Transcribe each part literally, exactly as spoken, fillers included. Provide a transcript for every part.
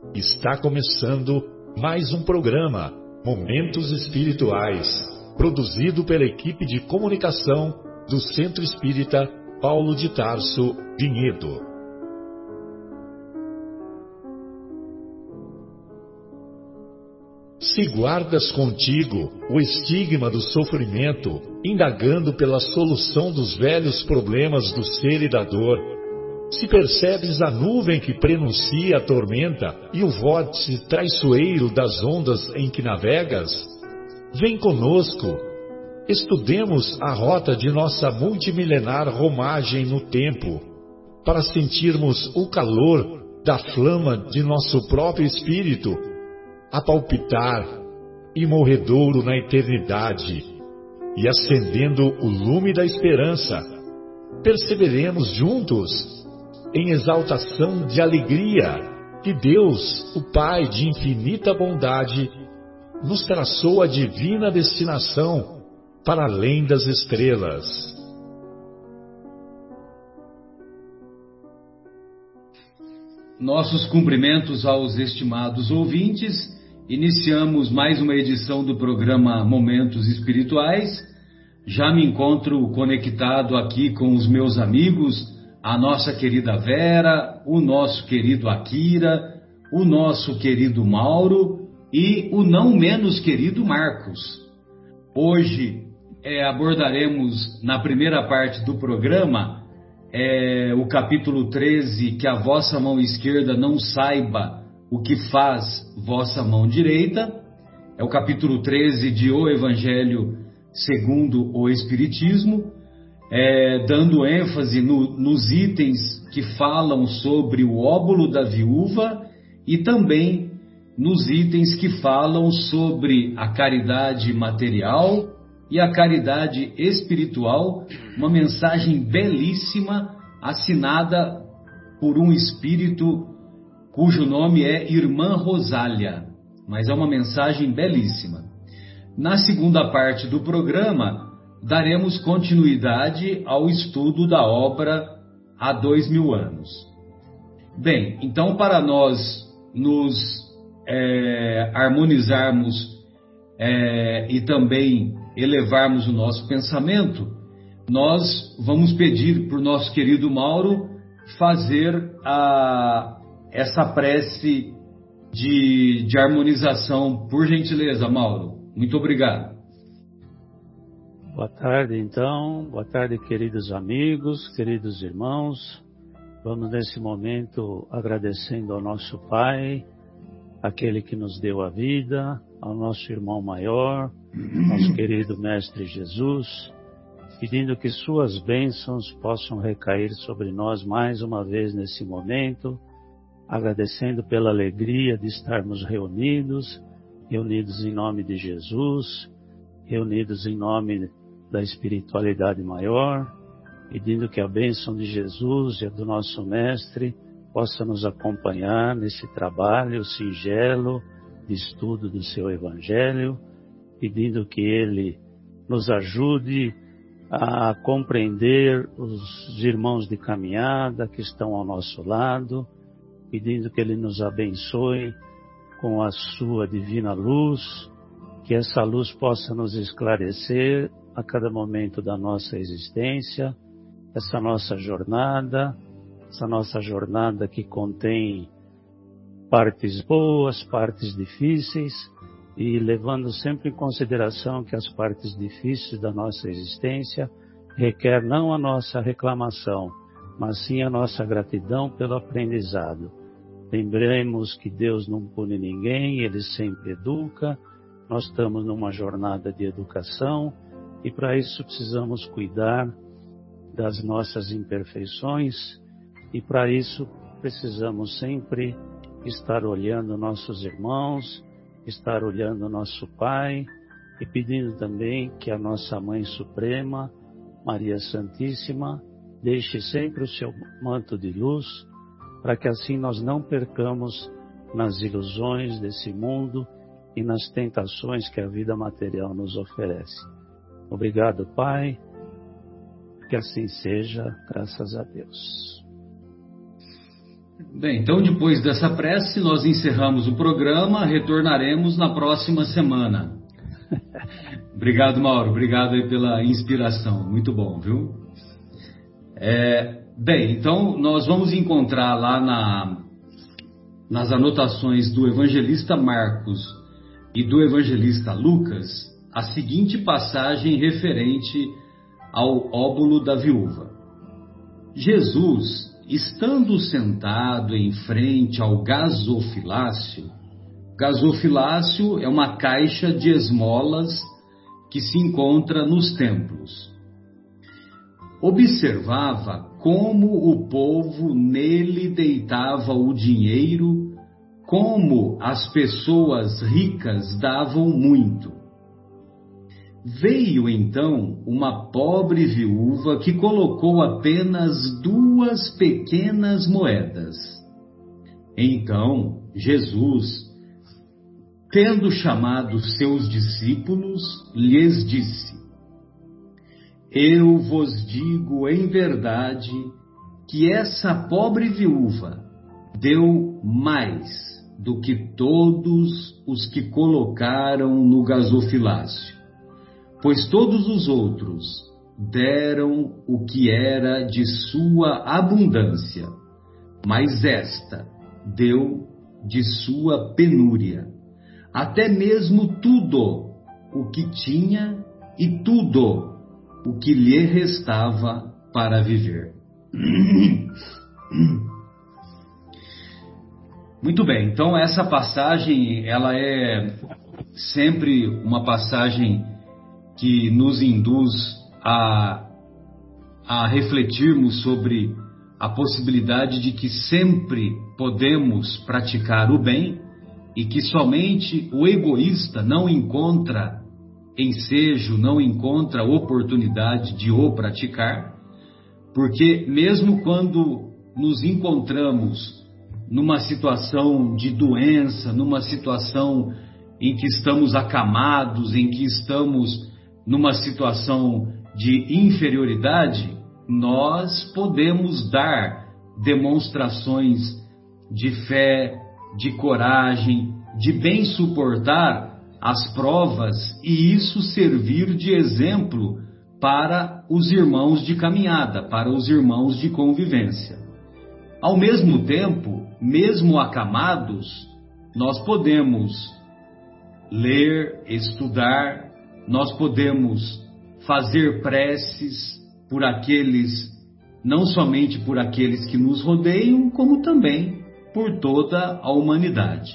Está começando mais um programa, Momentos Espirituais, produzido pela equipe de comunicação do Centro Espírita Paulo de Tarso, Vinhedo. Se guardas contigo o estigma do sofrimento, indagando pela solução dos velhos problemas do ser e da dor, se percebes a nuvem que prenuncia a tormenta e o vórtice traiçoeiro das ondas em que navegas, vem conosco, estudemos a rota de nossa multimilenar romagem no tempo, para sentirmos o calor da flama de nosso próprio espírito, a palpitar, imorredouro na eternidade, e acendendo o lume da esperança, perceberemos juntos, em exaltação de alegria, que Deus, o Pai de infinita bondade, nos traçou a divina destinação para além das estrelas. Nossos cumprimentos aos estimados ouvintes. Iniciamos mais uma edição do programa Momentos Espirituais. Já me encontro conectado aqui com os meus amigos, a nossa querida Vera, o nosso querido Akira, o nosso querido Mauro e o não menos querido Marcos. Hoje é, abordaremos na primeira parte do programa é, o capítulo treze, que a vossa mão esquerda não saiba o que faz vossa mão direita. É o capítulo treze de O Evangelho segundo o Espiritismo, é, dando ênfase no, nos itens que falam sobre o óbolo da viúva e também nos itens que falam sobre a caridade material e a caridade espiritual, uma mensagem belíssima assinada por um espírito cujo nome é Irmã Rosália, mas é uma mensagem belíssima. Na segunda parte do programa, daremos continuidade ao estudo da obra Há Dois Mil Anos. Bem, então para nós nos é, harmonizarmos é, e também elevarmos o nosso pensamento, nós vamos pedir para o nosso querido Mauro fazer a, essa prece de, de harmonização. Por gentileza, Mauro. Muito obrigado. Boa tarde, então. Boa tarde, queridos amigos, queridos irmãos. Vamos, nesse momento, agradecendo ao nosso Pai, aquele que nos deu a vida, ao nosso irmão maior, nosso querido Mestre Jesus, pedindo que suas bênçãos possam recair sobre nós mais uma vez nesse momento, agradecendo pela alegria de estarmos reunidos, reunidos em nome de Jesus, reunidos em nome da espiritualidade maior, pedindo que a bênção de Jesus e a do nosso Mestre possa nos acompanhar nesse trabalho singelo de estudo do seu Evangelho, pedindo que Ele nos ajude a compreender os irmãos de caminhada que estão ao nosso lado, pedindo que Ele nos abençoe com a sua divina luz, que essa luz possa nos esclarecer a cada momento da nossa existência, essa nossa jornada, essa nossa jornada que contém partes boas, partes difíceis, e levando sempre em consideração que as partes difíceis da nossa existência requer não a nossa reclamação, mas sim a nossa gratidão pelo aprendizado. Lembremos que Deus não pune ninguém, Ele sempre educa. Nós estamos numa jornada de educação e para isso precisamos cuidar das nossas imperfeições e para isso precisamos sempre estar olhando nossos irmãos, estar olhando nosso Pai e pedindo também que a nossa Mãe Suprema, Maria Santíssima, deixe sempre o seu manto de luz para que assim nós não percamos nas ilusões desse mundo e nas tentações que a vida material nos oferece. Obrigado, Pai, que assim seja, graças a Deus. Bem, então depois dessa prece nós encerramos o programa, retornaremos na próxima semana. Obrigado, Mauro, obrigado aí pela inspiração, muito bom, viu? É, bem, então nós vamos encontrar lá na, nas anotações do evangelista Marcos e do evangelista Lucas a seguinte passagem referente ao óbolo da viúva. Jesus, estando sentado em frente ao gasofilácio, gasofilácio é uma caixa de esmolas que se encontra nos templos, observava como o povo nele deitava o dinheiro, como as pessoas ricas davam muito. Veio então uma pobre viúva que colocou apenas duas pequenas moedas. Então Jesus, tendo chamado seus discípulos, lhes disse: Eu vos digo em verdade que essa pobre viúva deu mais do que todos os que colocaram no gasofilácio, pois todos os outros deram o que era de sua abundância, mas esta deu de sua penúria, até mesmo tudo o que tinha e tudo o que lhe restava para viver. Muito bem, então essa passagem, ela é sempre uma passagem que nos induz a, a refletirmos sobre a possibilidade de que sempre podemos praticar o bem e que somente o egoísta não encontra ensejo, não encontra oportunidade de o praticar, porque mesmo quando nos encontramos numa situação de doença, numa situação em que estamos acamados, em que estamos numa situação de inferioridade, nós podemos dar demonstrações de fé, de coragem, de bem suportar as provas e isso servir de exemplo para os irmãos de caminhada, para os irmãos de convivência. Ao mesmo tempo, mesmo acamados, nós podemos ler, estudar, nós podemos fazer preces por aqueles, não somente por aqueles que nos rodeiam, como também por toda a humanidade.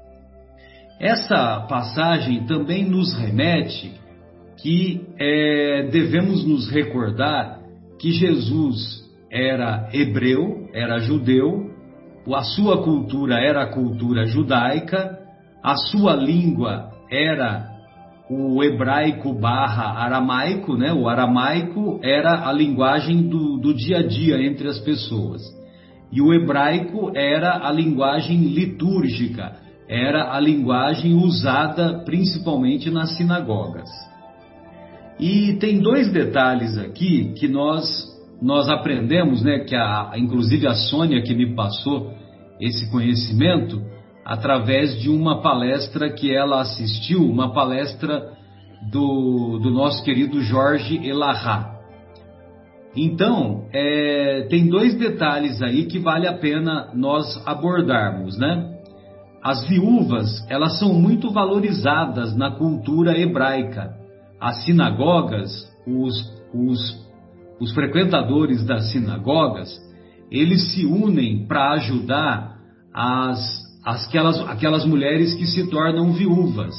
Essa passagem também nos remete que é, devemos nos recordar que Jesus era hebreu, era judeu, a sua cultura era a cultura judaica, a sua língua era o hebraico barra aramaico, né? O aramaico era a linguagem do, do dia a dia entre as pessoas. E o hebraico era a linguagem litúrgica, era a linguagem usada principalmente nas sinagogas. E tem dois detalhes aqui que nós, nós aprendemos, né? Que a, inclusive a Sônia que me passou esse conhecimento, através de uma palestra que ela assistiu, uma palestra do, do nosso querido Jorge Elahá. Então, é, tem dois detalhes aí que vale a pena nós abordarmos, né? As viúvas, elas são muito valorizadas na cultura hebraica. As sinagogas, os, os, os frequentadores das sinagogas, eles se unem para ajudar as Aquelas, aquelas mulheres que se tornam viúvas.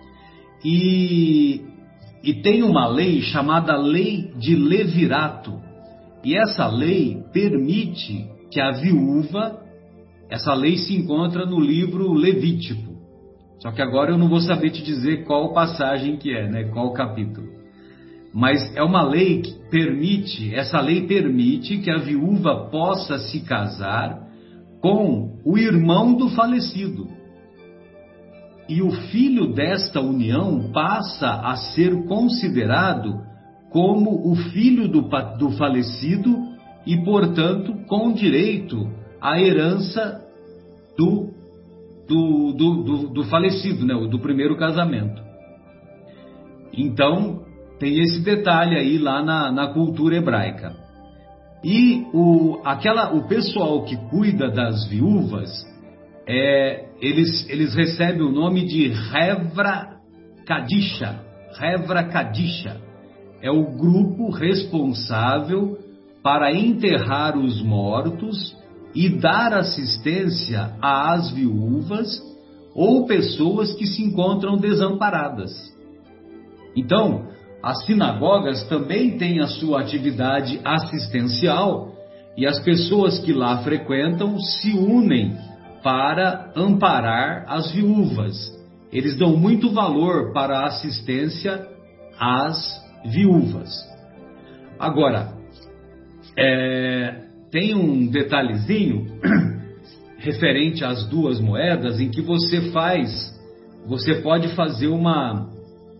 E, e tem uma lei chamada Lei de Levirato. E essa lei permite que a viúva, essa lei se encontra no livro Levítico. Só que agora eu não vou saber te dizer qual passagem que é, né? Qual capítulo. Mas é uma lei que permite, essa lei permite que a viúva possa se casar com o irmão do falecido. E o filho desta união passa a ser considerado como o filho do, do falecido e, portanto, com direito a herança do, do, do, do, do falecido, né? Do primeiro casamento. Então, tem esse detalhe aí lá na, na cultura hebraica. E o, aquela, o pessoal que cuida das viúvas, é, eles, eles recebem o nome de Hevra Kadisha. Hevra Kadisha é o grupo responsável para enterrar os mortos e dar assistência às viúvas ou pessoas que se encontram desamparadas. Então, as sinagogas também têm a sua atividade assistencial e as pessoas que lá frequentam se unem para amparar as viúvas. Eles dão muito valor para a assistência às viúvas. Agora, é, tem um detalhezinho referente às duas moedas em que você faz, você pode fazer uma,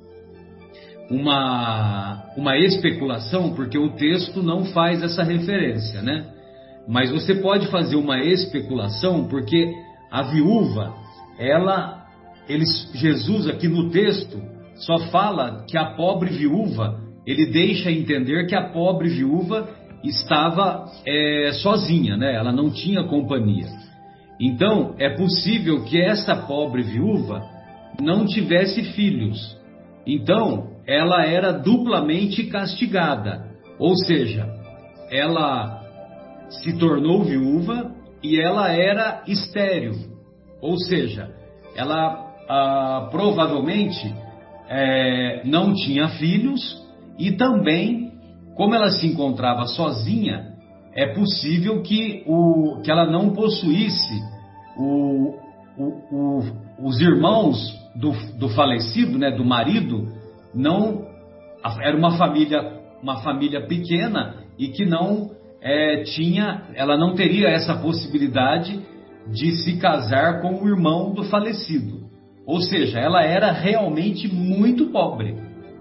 uma, uma especulação, porque o texto não faz essa referência, né? Mas você pode fazer uma especulação, porque a viúva, ela, eles, Jesus aqui no texto só fala que a pobre viúva, ele deixa entender que a pobre viúva estava é, sozinha, né? Ela não tinha companhia. Então, é possível que essa pobre viúva não tivesse filhos. Então, ela era duplamente castigada. Ou seja, ela se tornou viúva e ela era estéril. Ou seja, ela ah, provavelmente é, não tinha filhos e também, como ela se encontrava sozinha, é possível que, o, que ela não possuísse o, o, o, os irmãos do, do falecido, né, do marido, não, era uma família, uma família pequena e que não é, tinha, ela não teria essa possibilidade de se casar com o irmão do falecido. Ou seja, ela era realmente muito pobre.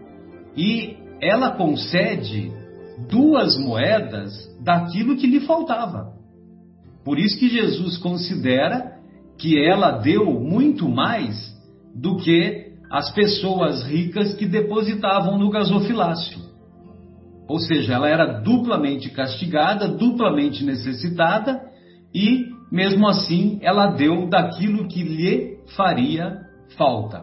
E ela concede duas moedas daquilo que lhe faltava. Por isso que Jesus considera que ela deu muito mais do que as pessoas ricas que depositavam no gasofilácio. Ou seja, ela era duplamente castigada, duplamente necessitada e, mesmo assim, ela deu daquilo que lhe faria falta.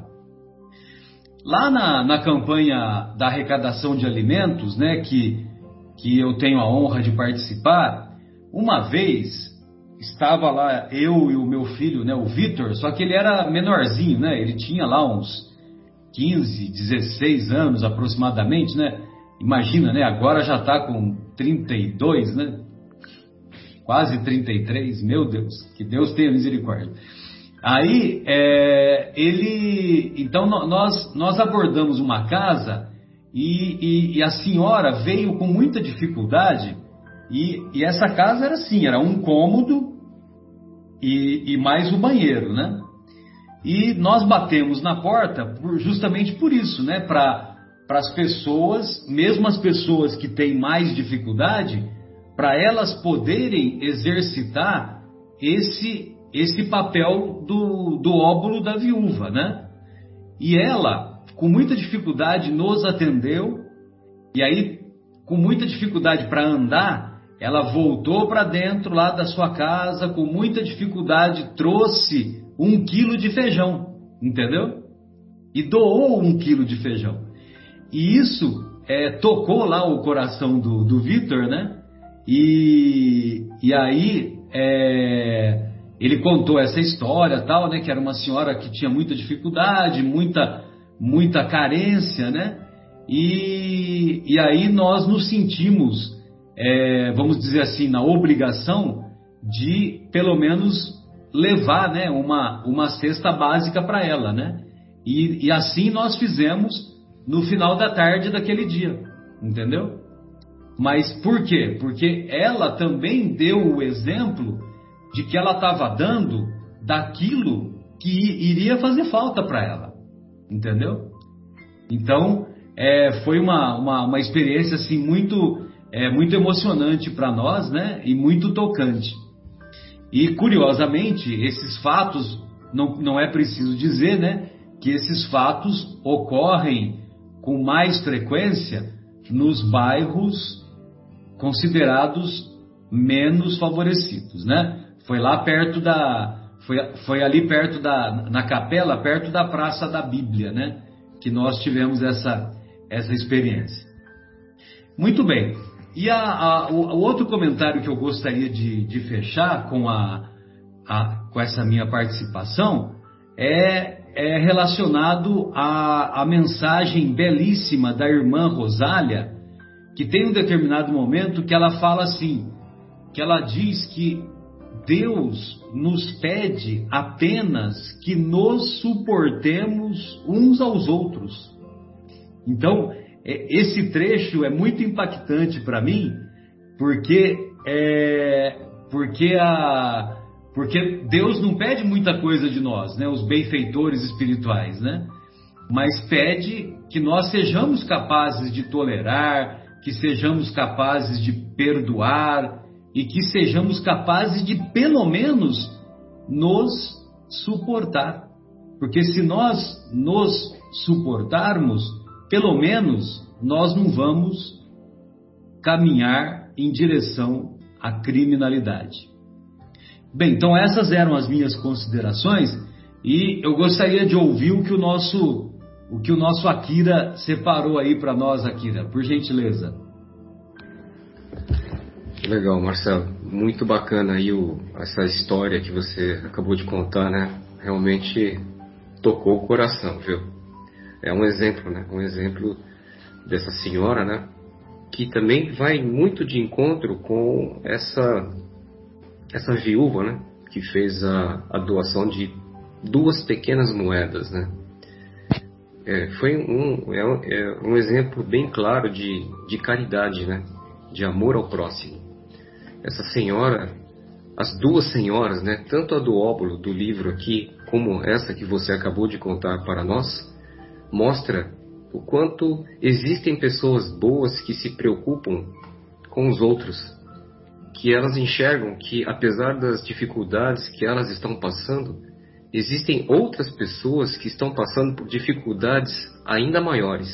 Lá na, na campanha da arrecadação de alimentos, né, que, que eu tenho a honra de participar, uma vez estava lá eu e o meu filho, né, o Vitor, só que ele era menorzinho, né, ele tinha lá uns quinze, dezesseis anos aproximadamente, né, imagina, né, agora já está com trinta e dois, né, quase trinta e três, meu Deus, que Deus tenha misericórdia. Aí, é, ele, então nós, nós abordamos uma casa e, e, e a senhora veio com muita dificuldade e, e essa casa era assim, era um cômodo e, e mais o banheiro, né? E nós batemos na porta por, justamente por isso, né? Para as pessoas, mesmo as pessoas que têm mais dificuldade, para elas poderem exercitar esse esse papel do, do óbolo da viúva, né? E ela, com muita dificuldade, nos atendeu, e aí, com muita dificuldade para andar, ela voltou para dentro lá da sua casa, com muita dificuldade, trouxe um quilo de feijão, entendeu? E doou um quilo de feijão. E isso é, tocou lá o coração do, do Vitor, né? E, e aí, é... ele contou essa história, tal, né, que era uma senhora que tinha muita dificuldade, muita, muita carência, né? E, e aí nós nos sentimos, é, vamos dizer assim, na obrigação de, pelo menos, levar, né, uma, uma cesta básica para ela, né? E, e assim nós fizemos no final da tarde daquele dia, entendeu? Mas por quê? Porque ela também deu o exemplo de que ela estava dando daquilo que iria fazer falta para ela, entendeu? Então, é, foi uma, uma, uma experiência assim, muito, é, muito emocionante para nós, né? E muito tocante. E, curiosamente, esses fatos, não, não é preciso dizer, né, que esses fatos ocorrem com mais frequência nos bairros considerados menos favorecidos, né? Foi lá perto da, foi, foi ali perto da, na capela, perto da Praça da Bíblia, né? Que nós tivemos essa, essa experiência. Muito bem. E a, a, o, o outro comentário que eu gostaria de, de fechar com, a, a, com essa minha participação é, é relacionado à, à mensagem belíssima da irmã Rosália, que tem um determinado momento que ela fala assim, que ela diz que Deus nos pede apenas que nos suportemos uns aos outros. Então, esse trecho é muito impactante para mim, porque, é, porque, a, porque Deus não pede muita coisa de nós, né, os benfeitores espirituais, né, mas pede que nós sejamos capazes de tolerar, que sejamos capazes de perdoar e que sejamos capazes de, pelo menos, nos suportar. Porque se nós nos suportarmos, pelo menos nós não vamos caminhar em direção à criminalidade. Bem, então essas eram as minhas considerações e eu gostaria de ouvir o que o nosso, o que o nosso Akira separou aí para nós, Akira, por gentileza. Legal, Marcelo. Muito bacana aí o, essa história que você acabou de contar, né? Realmente tocou o coração, viu? É um exemplo, né? Um exemplo dessa senhora, né? Que também vai muito de encontro com essa, essa viúva, né? Que fez a, a doação de duas pequenas moedas, né? É, foi um, é, é um exemplo bem claro de, de caridade, né? De amor ao próximo. Essa senhora, as duas senhoras, né? Tanto a do óbolo do livro aqui, como essa que você acabou de contar para nós, mostra o quanto existem pessoas boas que se preocupam com os outros, que elas enxergam que, apesar das dificuldades que elas estão passando, existem outras pessoas que estão passando por dificuldades ainda maiores.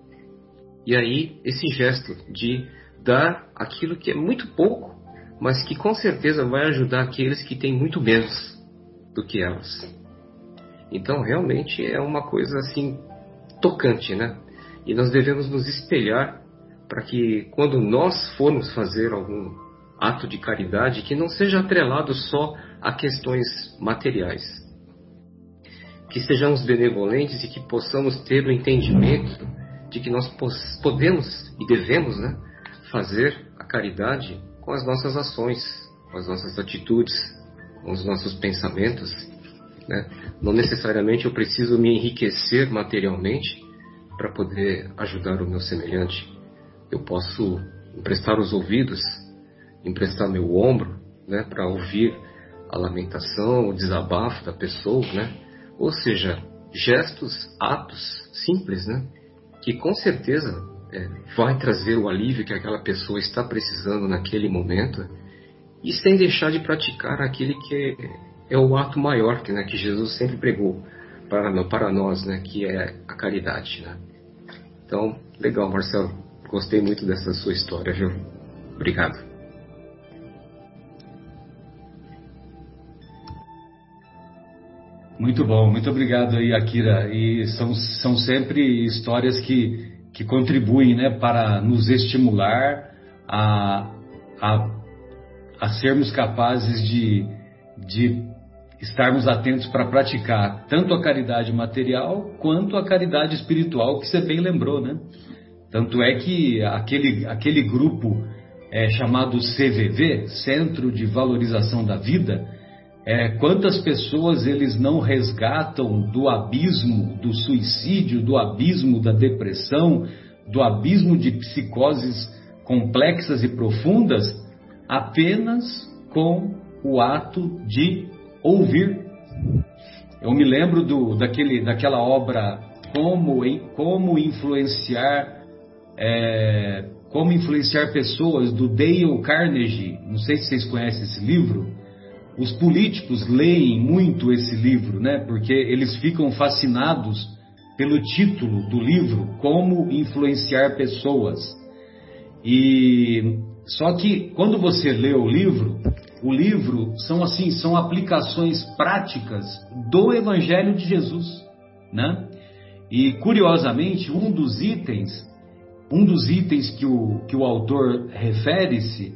E aí, esse gesto de dar aquilo que é muito pouco, mas que com certeza vai ajudar aqueles que têm muito menos do que elas. Então, realmente é uma coisa assim tocante, né? E nós devemos nos espelhar para que quando nós formos fazer algum ato de caridade, que não seja atrelado só a questões materiais. Que sejamos benevolentes e que possamos ter o entendimento de que nós podemos e devemos, né, fazer a caridade com as nossas ações, com as nossas atitudes, com os nossos pensamentos, né? Não necessariamente eu preciso me enriquecer materialmente para poder ajudar o meu semelhante. Eu posso emprestar os ouvidos, emprestar meu ombro, né, para ouvir a lamentação, o desabafo da pessoa, né? Ou seja, gestos, atos simples, né, que com certeza é, vai trazer o alívio que aquela pessoa está precisando naquele momento, e sem deixar de praticar aquele que é, é o ato maior que, né, que Jesus sempre pregou para, para nós, né, que é a caridade, né? Então, legal, Marcelo. Gostei muito dessa sua história, viu? Obrigado. Muito bom, muito obrigado aí, Akira. E são, são sempre histórias que, que contribuem, né, para nos estimular a, a, a sermos capazes de, de estarmos atentos para praticar tanto a caridade material quanto a caridade espiritual, que você bem lembrou, né? Tanto é que aquele, aquele grupo é, chamado C V V, Centro de Valorização da Vida, é, quantas pessoas eles não resgatam do abismo do suicídio, do abismo da depressão, do abismo de psicoses complexas e profundas, apenas com o ato de ouvir. Eu me lembro do, daquele, daquela obra Como, como Influenciar é, Como Influenciar Pessoas, do Dale Carnegie. Não sei se vocês conhecem esse livro. os políticos leem muito esse livro, né? Porque eles ficam fascinados pelo título do livro, Como Influenciar Pessoas. E só que quando você lê o livro, o livro são assim, são aplicações práticas do Evangelho de Jesus, né? E curiosamente, um dos itens, um dos itens que o, que o autor refere-se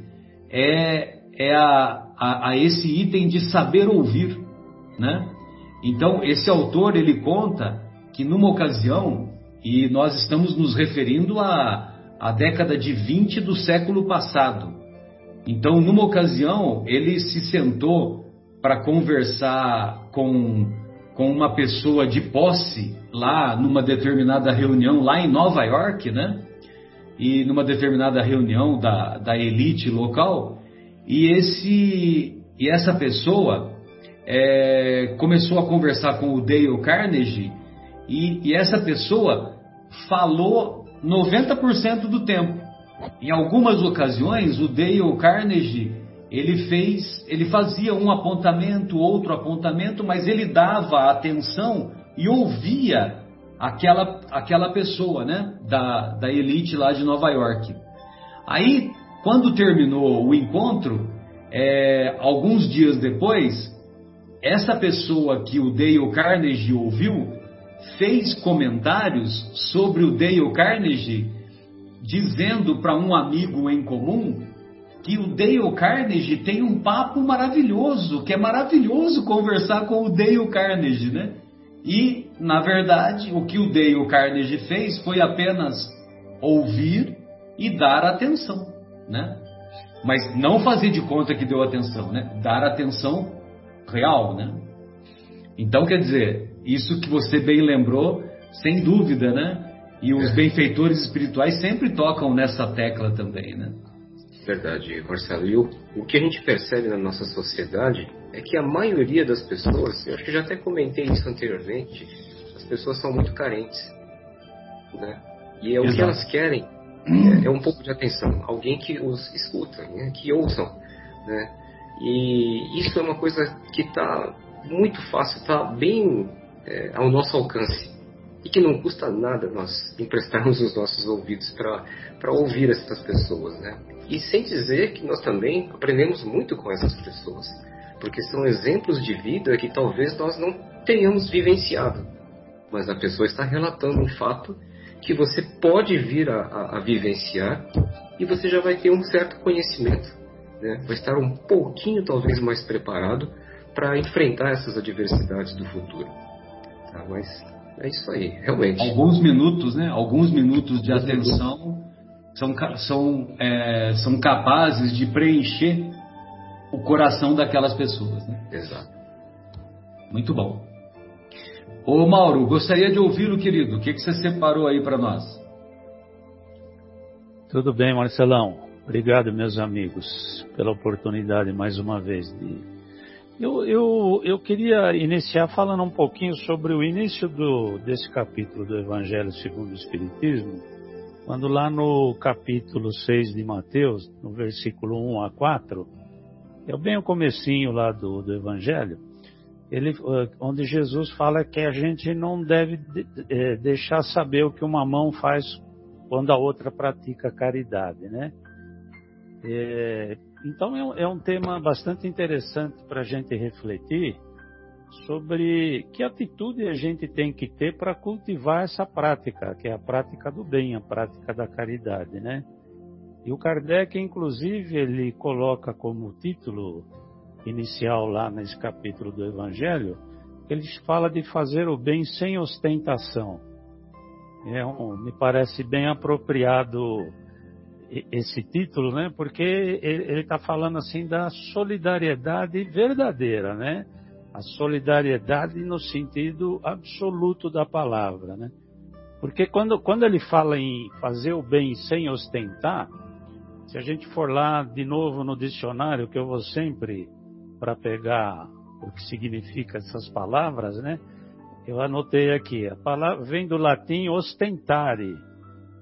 é, é a, a, a esse item de saber ouvir, né? Então, esse autor, ele conta que numa ocasião, e nós estamos nos referindo à, à década de vinte do século passado. Então, numa ocasião, ele se sentou para conversar com, com uma pessoa de posse, lá numa determinada reunião, lá em Nova York, né? E numa determinada reunião da, da elite local, e, esse, e essa pessoa é, começou a conversar com o Dale Carnegie, e, e essa pessoa falou noventa por cento do tempo. Em algumas ocasiões, o Dale Carnegie, ele fez, ele fazia um apontamento, outro apontamento, mas ele dava atenção e ouvia aquela, aquela pessoa, né, da, da elite lá de Nova York. Aí, quando terminou o encontro, é, alguns dias depois, essa pessoa que o Dale Carnegie ouviu fez comentários sobre o Dale Carnegie, dizendo para um amigo em comum que o Dale Carnegie tem um papo maravilhoso, que é maravilhoso conversar com o Dale Carnegie, né? E, na verdade, o que o Dale Carnegie fez foi apenas ouvir e dar atenção, né? Mas não fazer de conta que deu atenção, né? Dar atenção real, né? Então, quer dizer, isso que você bem lembrou, sem dúvida, né? E os benfeitores espirituais sempre tocam nessa tecla também, né? Verdade, Marcelo. E o, o que a gente percebe na nossa sociedade é que a maioria das pessoas, eu acho que já até comentei isso anteriormente, as pessoas são muito carentes, né? E é o que elas querem é, é um pouco de atenção, alguém que os escuta, né? Que ouçam, né? E isso é uma coisa que está muito fácil, está bem é, ao nosso alcance. E que não custa nada nós emprestarmos os nossos ouvidos para ouvir essas pessoas, né? E sem dizer que nós também aprendemos muito com essas pessoas, porque são exemplos de vida que talvez nós não tenhamos vivenciado, mas a pessoa está relatando um fato que você pode vir a, a, a vivenciar e você já vai ter um certo conhecimento, né? Vai estar um pouquinho talvez mais preparado para enfrentar essas adversidades do futuro, tá? Mas é isso aí, realmente. Alguns minutos, né? Alguns minutos de atenção são, são, é, são capazes de preencher o coração daquelas pessoas, né? Exato. Muito bom. Ô Mauro, gostaria de ouvi-lo, querido. O que, que você separou aí para nós? Tudo bem, Marcelão. Obrigado, meus amigos, pela oportunidade mais uma vez de... Eu, eu, eu queria iniciar falando um pouquinho sobre o início do, desse capítulo do Evangelho segundo o Espiritismo, quando lá no capítulo seis de Mateus, no versículo um a quatro, é bem o comecinho lá do, do Evangelho, ele, onde Jesus fala que a gente não deve é, deixar saber o que uma mão faz quando a outra pratica caridade, né? É, então é um, é um tema bastante interessante para a gente refletir sobre que atitude a gente tem que ter para cultivar essa prática, que é a prática do bem, a prática da caridade, né? E o Kardec, inclusive, ele coloca como título inicial lá nesse capítulo do Evangelho, ele fala de fazer o bem sem ostentação. É um, me parece bem apropriado esse título, né? Porque ele está falando assim da solidariedade verdadeira, né? A solidariedade no sentido absoluto da palavra, né? Porque quando, quando ele fala em fazer o bem sem ostentar, se a gente for lá de novo no dicionário, que eu vou sempre para pegar o que significa essas palavras, né? Eu anotei aqui, a palavra vem do latim ostentare,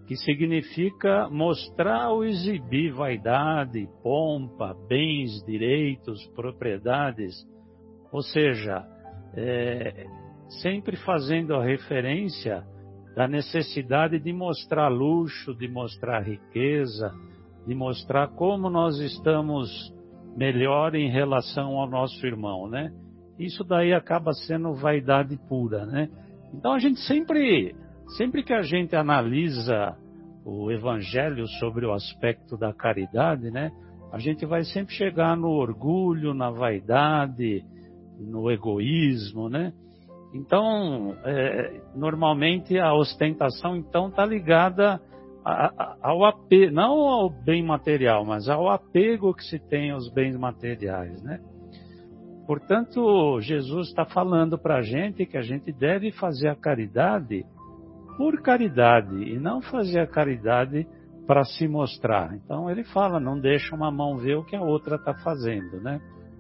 que significa mostrar ou exibir vaidade, pompa, bens, direitos, propriedades, ou seja, é, sempre fazendo a referência da necessidade de mostrar luxo, de mostrar riqueza, de mostrar como nós estamos melhor em relação ao nosso irmão, né? Isso daí acaba sendo vaidade pura, né? Então a gente sempre... Sempre que a gente analisa o Evangelho sobre o aspecto da caridade, né, a gente vai sempre chegar no orgulho, na vaidade, no egoísmo, né? Então, é, normalmente a ostentação então está ligada a, a, ao apego, não ao bem material, mas ao apego que se tem aos bens materiais, né? Portanto, Jesus está falando para a gente que a gente deve fazer a caridade por caridade, e não fazer a caridade para se mostrar. Então ele fala, não deixa uma mão ver o que a outra está fazendo, né?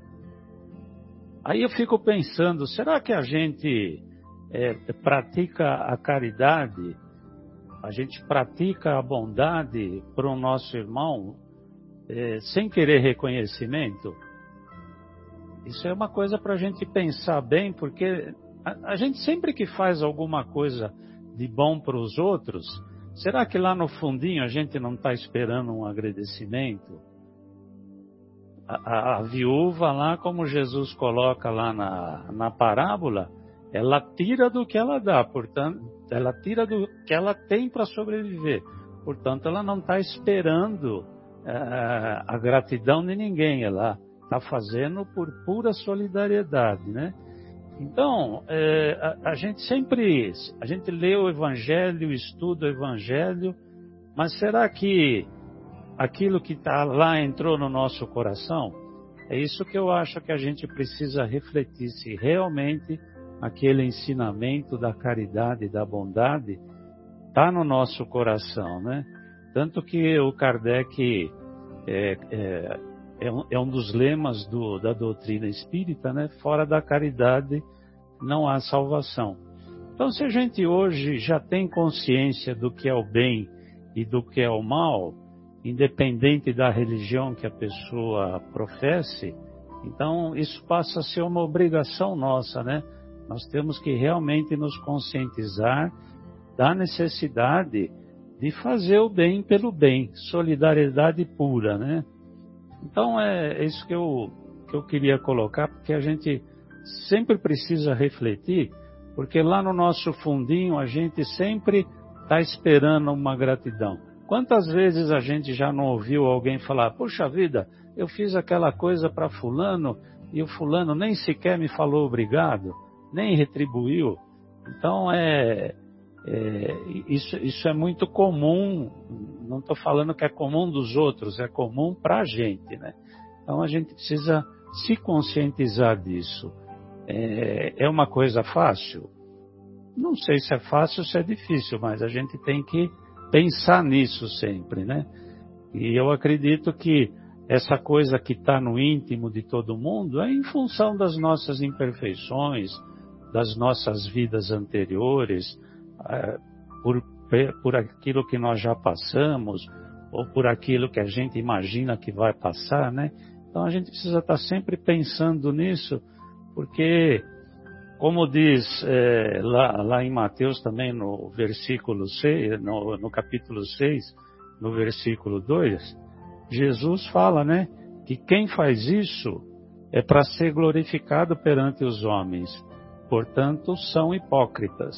Aí eu fico pensando, será que a gente é, pratica a caridade, a gente pratica a bondade para o nosso irmão é, sem querer reconhecimento? Isso é uma coisa para a gente pensar bem, porque a, a gente sempre que faz alguma coisa de bom para os outros, será que lá no fundinho a gente não está esperando um agradecimento? A, a, a viúva lá, como Jesus coloca lá na, na parábola, ela tira do que ela dá, portanto, ela tira do que ela tem para sobreviver. Portanto, ela não está esperando uh, a gratidão de ninguém, ela está fazendo por pura solidariedade, né? Então, é, a, a gente sempre, a gente lê o Evangelho, estuda o Evangelho, mas será que aquilo que está lá entrou no nosso coração? É isso que eu acho que a gente precisa refletir, se realmente aquele ensinamento da caridade e da bondade está no nosso coração, né? Tanto que o Kardec é, é, É um, é um dos lemas do, da doutrina espírita, né? Fora da caridade não há salvação. Então, se a gente hoje já tem consciência do que é o bem e do que é o mal, independente da religião que a pessoa professe, então isso passa a ser uma obrigação nossa, né? Nós temos que realmente nos conscientizar da necessidade de fazer o bem pelo bem, solidariedade pura, né? Então é isso que eu, que eu queria colocar, porque a gente sempre precisa refletir, porque lá no nosso fundinho a gente sempre está esperando uma gratidão. Quantas vezes a gente já não ouviu alguém falar, puxa vida, eu fiz aquela coisa para fulano e o fulano nem sequer me falou obrigado, nem retribuiu. Então é... É, isso, isso é muito comum, não estou falando que é comum dos outros, é comum para a gente, né? Então a gente precisa se conscientizar disso. É, é uma coisa fácil? Não sei se é fácil ou se é difícil, mas a gente tem que pensar nisso sempre, né? E eu acredito que essa coisa que está no íntimo de todo mundo é em função das nossas imperfeições, das nossas vidas anteriores, Por, por aquilo que nós já passamos, ou por aquilo que a gente imagina que vai passar, né? Então a gente precisa estar sempre pensando nisso, porque, como diz é, lá, lá em Mateus também, no versículo seis, no, no capítulo seis, no versículo dois, Jesus fala, né, que quem faz isso é para ser glorificado perante os homens, portanto são hipócritas.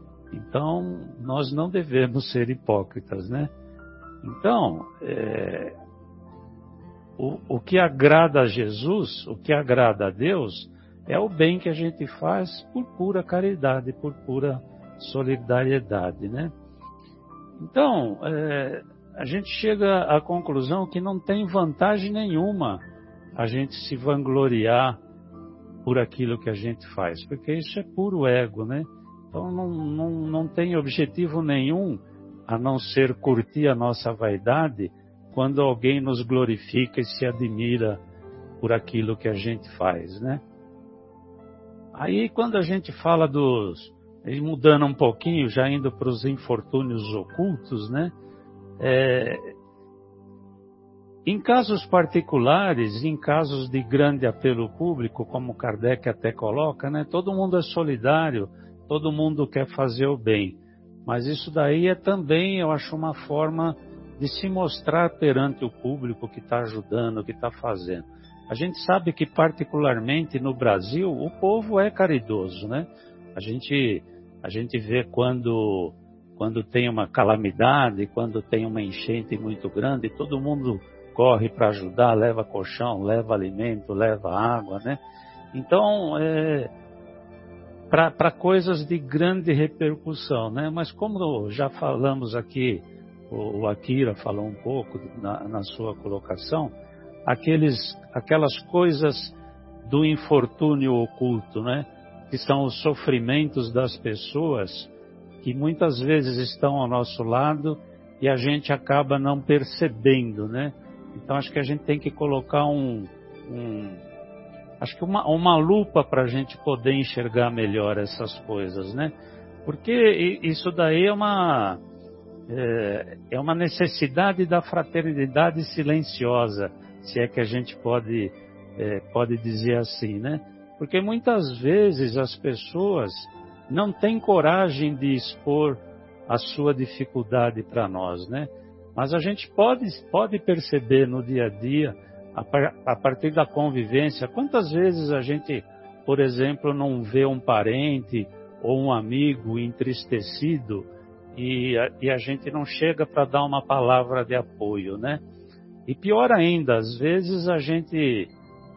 Então, nós não devemos ser hipócritas, né? Então, é, o, o que agrada a Jesus, o que agrada a Deus, é o bem que a gente faz por pura caridade, por pura solidariedade, né? Então, é, a gente chega à conclusão que não tem vantagem nenhuma a gente se vangloriar por aquilo que a gente faz, porque isso é puro ego, né? Então não, não, não tem objetivo nenhum a não ser curtir a nossa vaidade quando alguém nos glorifica e se admira por aquilo que a gente faz, né? Aí quando a gente fala dos, E mudando um pouquinho, já indo para os infortúnios ocultos, né? É, em casos particulares, em casos de grande apelo público, como Kardec até coloca, né? Todo mundo é solidário, todo mundo quer fazer o bem. Mas isso daí é também, eu acho, uma forma de se mostrar perante o público que está ajudando, que está fazendo. A gente sabe que, particularmente no Brasil, o povo é caridoso, né? A gente, a gente vê quando, quando tem uma calamidade, quando tem uma enchente muito grande, todo mundo corre para ajudar, leva colchão, leva alimento, leva água, né? Então, é, para coisas de grande repercussão, né? Mas como já falamos aqui, o, o Akira falou um pouco na, na sua colocação, aqueles, aquelas coisas do infortúnio oculto, né? Que são os sofrimentos das pessoas que muitas vezes estão ao nosso lado e a gente acaba não percebendo, né? Então acho que a gente tem que colocar um, um acho que uma, uma lupa para a gente poder enxergar melhor essas coisas, né? Porque isso daí é uma é, é uma necessidade da fraternidade silenciosa, se é que a gente pode é, pode dizer assim, né? Porque muitas vezes as pessoas não têm coragem de expor a sua dificuldade para nós, né? Mas a gente pode, pode perceber no dia a dia, a, par, a partir da convivência, quantas vezes a gente, por exemplo, não vê um parente ou um amigo entristecido e a, e a gente não chega para dar uma palavra de apoio, né? E pior ainda, às vezes a gente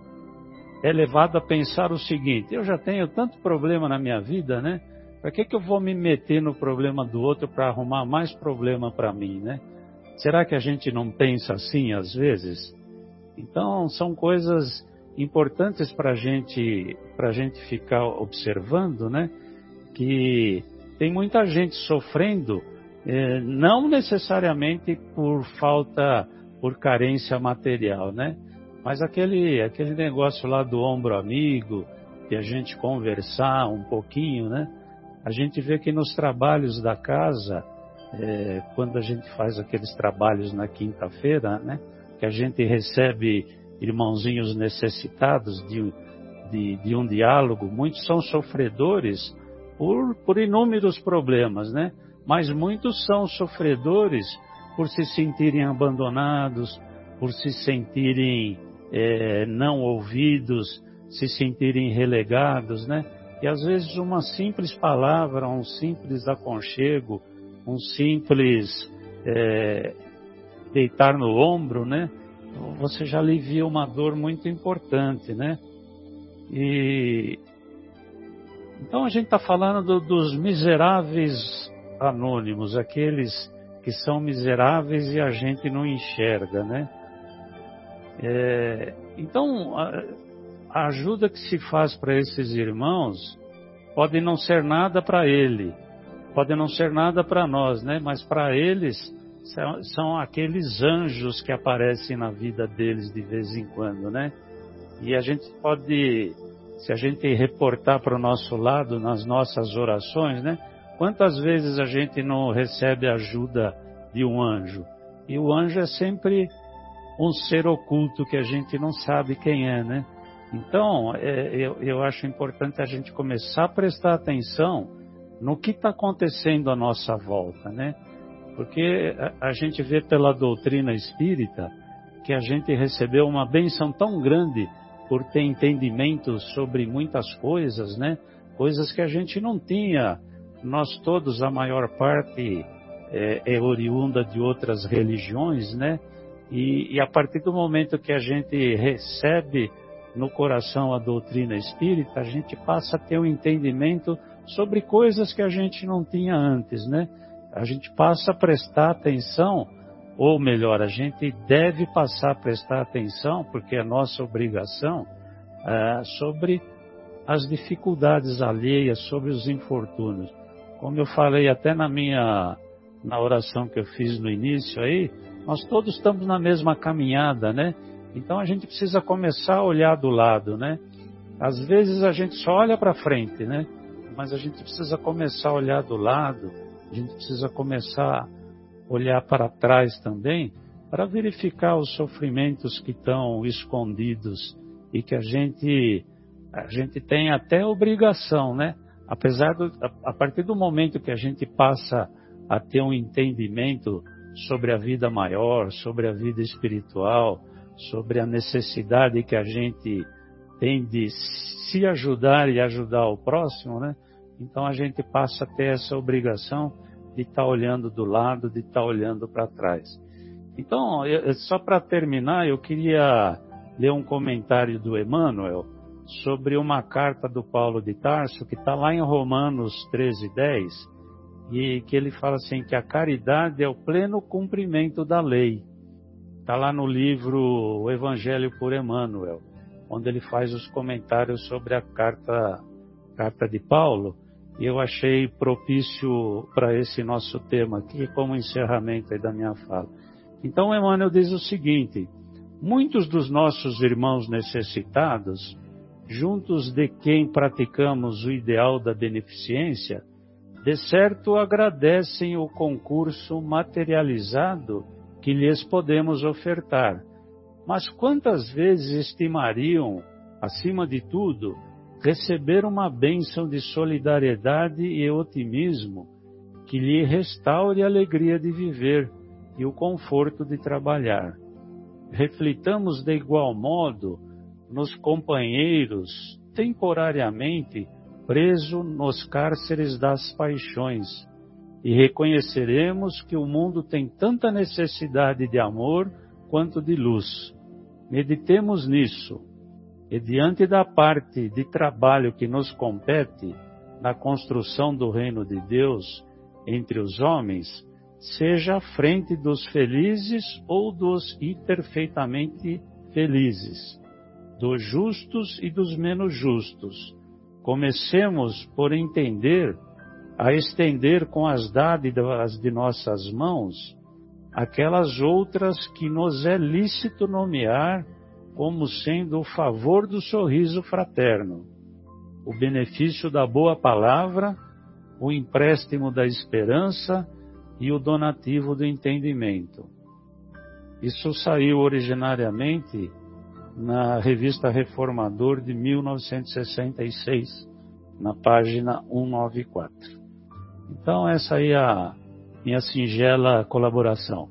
é levado a pensar o seguinte: eu já tenho tanto problema na minha vida, né? Para que que eu vou me meter no problema do outro para arrumar mais problema para mim, né? Será que a gente não pensa assim às vezes? Então são coisas importantes para gente, para a gente ficar observando, né? Que tem muita gente sofrendo, eh, não necessariamente por falta, por carência material, né? Mas aquele, aquele negócio lá do ombro amigo, de a gente conversar um pouquinho, né? A gente vê que nos trabalhos da casa, é, quando a gente faz aqueles trabalhos na quinta-feira, né? Que a gente recebe irmãozinhos necessitados de, de, de um diálogo, muitos são sofredores por, por inúmeros problemas, né? Mas muitos são sofredores por se sentirem abandonados, por se sentirem é, não ouvidos, se sentirem relegados, né? E às vezes uma simples palavra, um simples aconchego, um simples é, deitar no ombro, né? Você já alivia uma dor muito importante, né? E então a gente está falando do, dos miseráveis anônimos, aqueles que são miseráveis e a gente não enxerga, né? É, então a, a ajuda que se faz para esses irmãos pode não ser nada para ele, pode não ser nada para nós, né? Mas para eles são, são aqueles anjos que aparecem na vida deles de vez em quando, né? E a gente pode, se a gente reportar para o nosso lado nas nossas orações, né? Quantas vezes a gente não recebe ajuda de um anjo? E o anjo é sempre um ser oculto que a gente não sabe quem é, né? Então, é, eu, eu acho importante a gente começar a prestar atenção no que está acontecendo à nossa volta, né? Porque a, a gente vê pela doutrina espírita que a gente recebeu uma bênção tão grande por ter entendimento sobre muitas coisas, né? Coisas que a gente não tinha. Nós todos, a maior parte, é, é oriunda de outras religiões, né? E, e a partir do momento que a gente recebe no coração a doutrina espírita, a gente passa a ter um entendimento sobre coisas que a gente não tinha antes, né? A gente passa a prestar atenção, ou melhor, a gente deve passar a prestar atenção, porque é nossa obrigação, é, sobre as dificuldades alheias, sobre os infortúnios. Como eu falei até na minha, na oração que eu fiz no início aí, nós todos estamos na mesma caminhada, né? Então a gente precisa começar a olhar do lado, né? Às vezes a gente só olha para frente, né? mas a gente precisa começar a olhar do lado, a gente precisa começar a olhar para trás também, para verificar os sofrimentos que estão escondidos e que a gente, a gente tem até obrigação, né? Apesar do, a, a partir do momento que a gente passa a ter um entendimento sobre a vida maior, sobre a vida espiritual, sobre a necessidade que a gente tem de se ajudar e ajudar o próximo, né? Então a gente passa a ter essa obrigação de estar olhando do lado, de estar olhando para trás. Então, eu, só para terminar, eu queria ler um comentário do Emmanuel sobre uma carta do Paulo de Tarso, que está lá em Romanos treze, dez, e que ele fala assim, que a caridade é o pleno cumprimento da lei. Está lá no livro O Evangelho por Emmanuel, onde ele faz os comentários sobre a carta, carta de Paulo, e eu achei propício para esse nosso tema aqui, como encerramento aí da minha fala. Então, Emmanuel diz o seguinte: muitos dos nossos irmãos necessitados, juntos de quem praticamos o ideal da beneficência, de certo agradecem o concurso materializado que lhes podemos ofertar. Mas quantas vezes estimariam, acima de tudo, receber uma bênção de solidariedade e otimismo que lhe restaure a alegria de viver e o conforto de trabalhar. Reflitamos de igual modo nos companheiros temporariamente presos nos cárceres das paixões e reconheceremos que o mundo tem tanta necessidade de amor quanto de luz. Meditemos nisso e diante da parte de trabalho que nos compete na construção do reino de Deus entre os homens, seja à frente dos felizes ou dos imperfeitamente felizes, dos justos e dos menos justos. Comecemos por entender, a estender com as dádivas de nossas mãos, aquelas outras que nos é lícito nomear como sendo o favor do sorriso fraterno, o benefício da boa palavra, o empréstimo da esperança e o donativo do entendimento. Isso saiu originariamente na Revista Reformador de mil novecentos e sessenta e seis, na página cento e noventa e quatro. Então essa aí é a minha singela colaboração.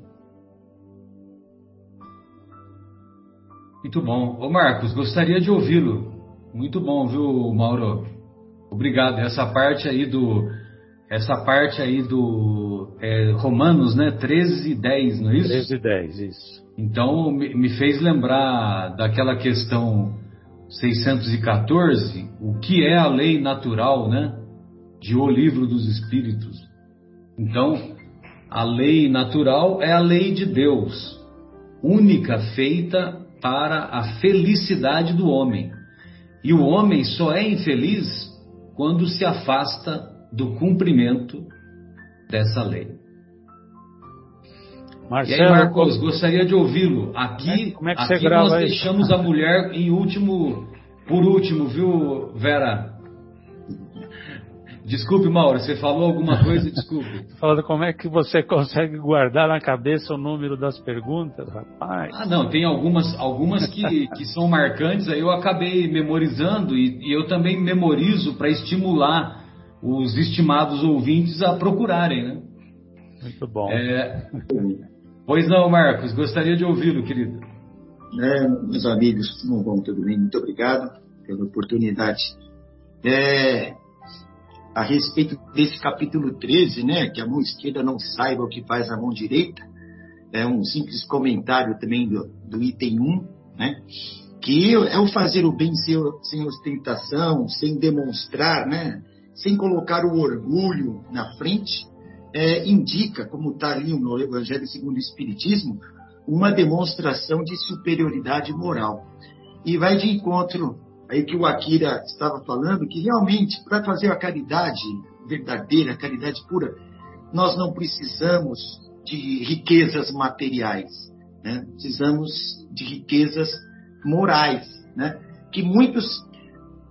Muito bom. Ô Marcos, gostaria de ouvi-lo. Muito bom, viu, Mauro? Obrigado. Essa parte aí do... Essa parte aí do é, Romanos, né? treze e dez, não é isso? treze e dez, isso. Então, me, me fez lembrar daquela questão seiscentos e quatorze, o que é a lei natural, né? De O Livro dos Espíritos. Então, a lei natural é a lei de Deus, única, feita para a felicidade do homem. E o homem só é infeliz quando se afasta do cumprimento dessa lei. Marcelo, e aí, Marcos, como... gostaria de ouvi-lo. Aqui, como é que aqui você grava nós isso? Deixamos a mulher em último, por último, viu, Vera? Desculpe, Mauro, você falou alguma coisa? Desculpe. Falando como é que você consegue guardar na cabeça o número das perguntas, rapaz? Ah, não, tem algumas, algumas que, que são marcantes, aí eu acabei memorizando e, e eu também memorizo para estimular os estimados ouvintes a procurarem, né? Muito bom. É... Pois não, Marcos, gostaria de ouvi-lo, querido. É, meus amigos, como vão? Tudo bem? Muito obrigado pela oportunidade. É... A respeito desse capítulo treze, né, que a mão esquerda não saiba o que faz a mão direita, é um simples comentário também do, do item um, né, que é o fazer o bem sem, sem ostentação, sem demonstrar, né, sem colocar o orgulho na frente, é, indica, como está ali no Evangelho segundo o Espiritismo, uma demonstração de superioridade moral. E vai de encontro aí que o Akira estava falando, que realmente, para fazer a caridade verdadeira, a caridade pura, nós não precisamos de riquezas materiais, né? Precisamos de riquezas morais, né? Que muitos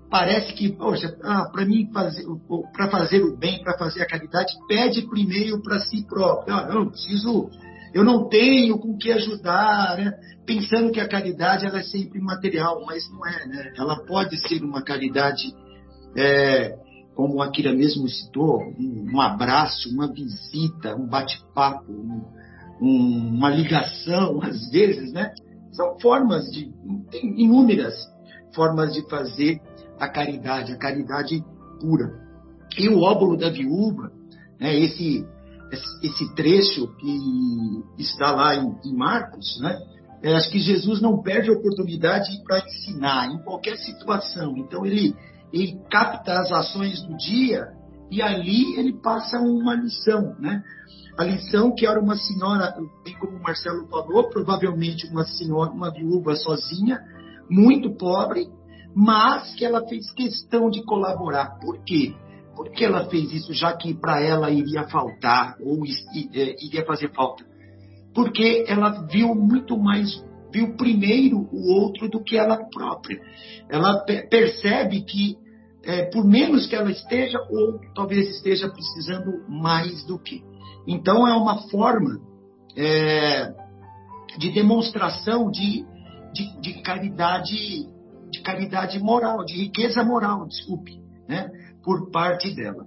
parece que, poxa, ah, para mim fazer, para fazer o bem, para fazer a caridade, pede primeiro para si próprio. Ah, eu não preciso, eu não tenho com que ajudar, né? Pensando que a caridade ela é sempre material, mas não é, né? Ela pode ser uma caridade, é, como a Kira mesmo citou, um, um abraço, uma visita, um bate-papo, um, um, uma ligação, às vezes, né? São formas de, tem inúmeras formas de fazer a caridade, a caridade pura. E o óbolo da viúva, né, esse, esse trecho que está lá em, em Marcos, né, é, acho que Jesus não perde a oportunidade para ensinar em qualquer situação. Então ele, ele capta as ações do dia e ali ele passa uma lição, né? A lição que era uma senhora, bem como o Marcelo falou, provavelmente uma senhora, uma viúva sozinha, muito pobre, mas que ela fez questão de colaborar. Por quê? Por que ela fez isso, já que para ela iria faltar, ou iria fazer falta? Porque ela viu muito mais, viu primeiro o outro do que ela própria. Ela percebe que, é, por menos que ela esteja, ou talvez esteja precisando mais do que. Então, é uma forma é, de demonstração de, de, de caridade de caridade moral, de riqueza moral, desculpe, né, por parte dela.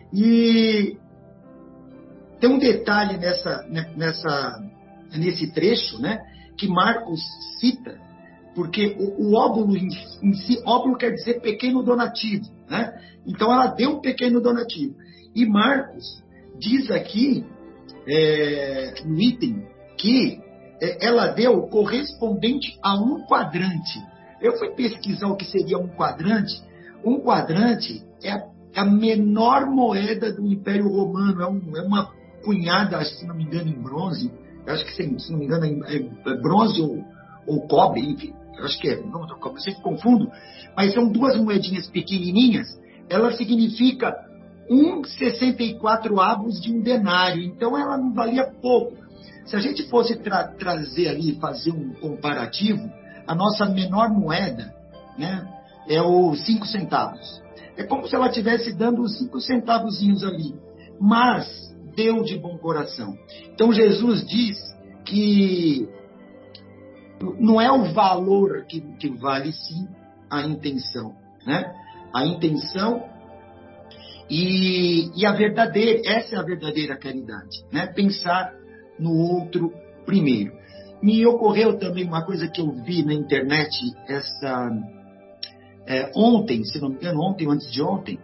E tem um detalhe nessa, nessa, nesse trecho, né, que Marcos cita, porque o, o óbolo em, em si, óbolo quer dizer pequeno donativo, né? Então ela deu um pequeno donativo. E Marcos diz aqui, é, no item, que é, ela deu correspondente a um quadrante. Eu fui pesquisar o que seria um quadrante. Um quadrante é a, a menor moeda do Império Romano. É, um, é uma punhada, se não me engano, em bronze. Eu acho que, se não me engano, é, é bronze ou, ou cobre, enfim. Eu acho que é, não, eu sempre confundo. Mas são duas moedinhas pequenininhas. Ela significa um vírgula sessenta e quatro avos de um denário. Então, ela não valia pouco. Se a gente fosse tra- trazer ali, fazer um comparativo, a nossa menor moeda, né, é os cinco centavos. É como se ela estivesse dando os cinco centavozinhos ali, mas deu de bom coração. Então Jesus diz que não é o valor que, que vale, sim a intenção, né? A intenção e, e a verdadeira, essa é a verdadeira caridade, né? Pensar no outro primeiro. Me ocorreu também uma coisa que eu vi na internet essa, é, ontem, se não me engano, ontem ou antes de ontem,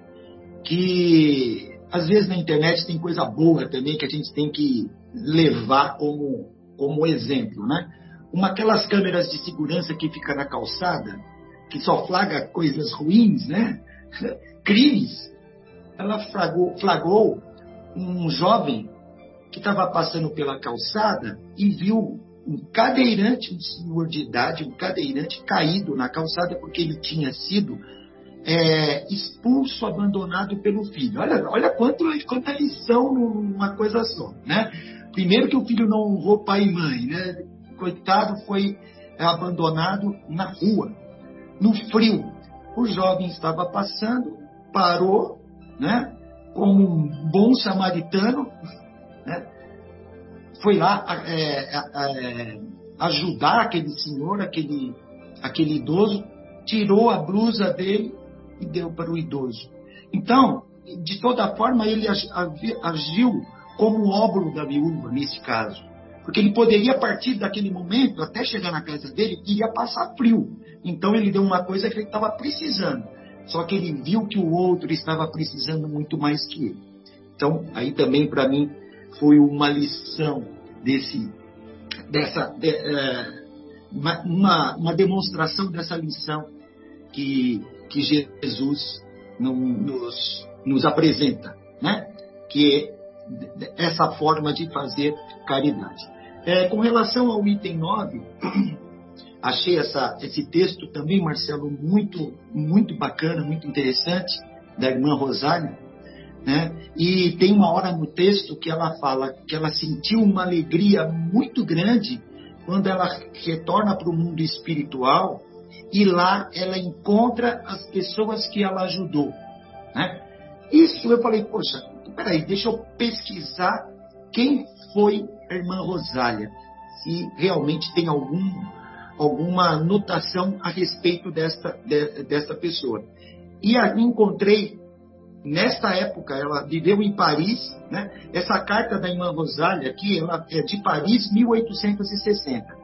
que às vezes na internet tem coisa boa também que a gente tem que levar como, como exemplo, né? Uma aquelas câmeras de segurança que fica na calçada, que só flagra coisas ruins, né? Crimes. Ela flagrou, flagrou um jovem que estava passando pela calçada e viu um cadeirante, um senhor de idade, um cadeirante caído na calçada porque ele tinha sido é, expulso, abandonado pelo filho. Olha, olha quanto, quanta lição numa coisa só, né? Primeiro que o filho não honrou pai e mãe, né? Coitado, foi abandonado na rua, no frio. O jovem estava passando, parou, né? Como um bom samaritano, né? Foi lá é, é, ajudar aquele senhor, aquele, aquele idoso, tirou a blusa dele e deu para o idoso. Então, de toda forma, ele agiu como o óbolo da viúva, nesse caso. Porque ele poderia, a partir daquele momento, até chegar na casa dele, iria passar frio. Então, ele deu uma coisa que ele estava precisando. Só que ele viu que o outro estava precisando muito mais que ele. Então, aí também, para mim, foi uma lição desse, dessa, de, é, uma, uma demonstração dessa lição que, que Jesus nos, nos apresenta, né? Que é essa forma de fazer caridade. É, com relação ao item nove, achei essa, esse texto também, Marcelo, muito, muito bacana, muito interessante, da irmã Rosália, né? E tem uma hora no texto que ela fala que ela sentiu uma alegria muito grande quando ela retorna para o mundo espiritual e lá ela encontra as pessoas que ela ajudou, né? Isso eu falei, poxa, peraí, deixa eu pesquisar quem foi a irmã Rosália, se realmente tem algum, alguma notação a respeito desta, de, desta pessoa. E aí encontrei, nesta época, ela viveu em Paris, né? Essa carta da irmã Rosália aqui, ela é de Paris, mil oitocentos e sessenta.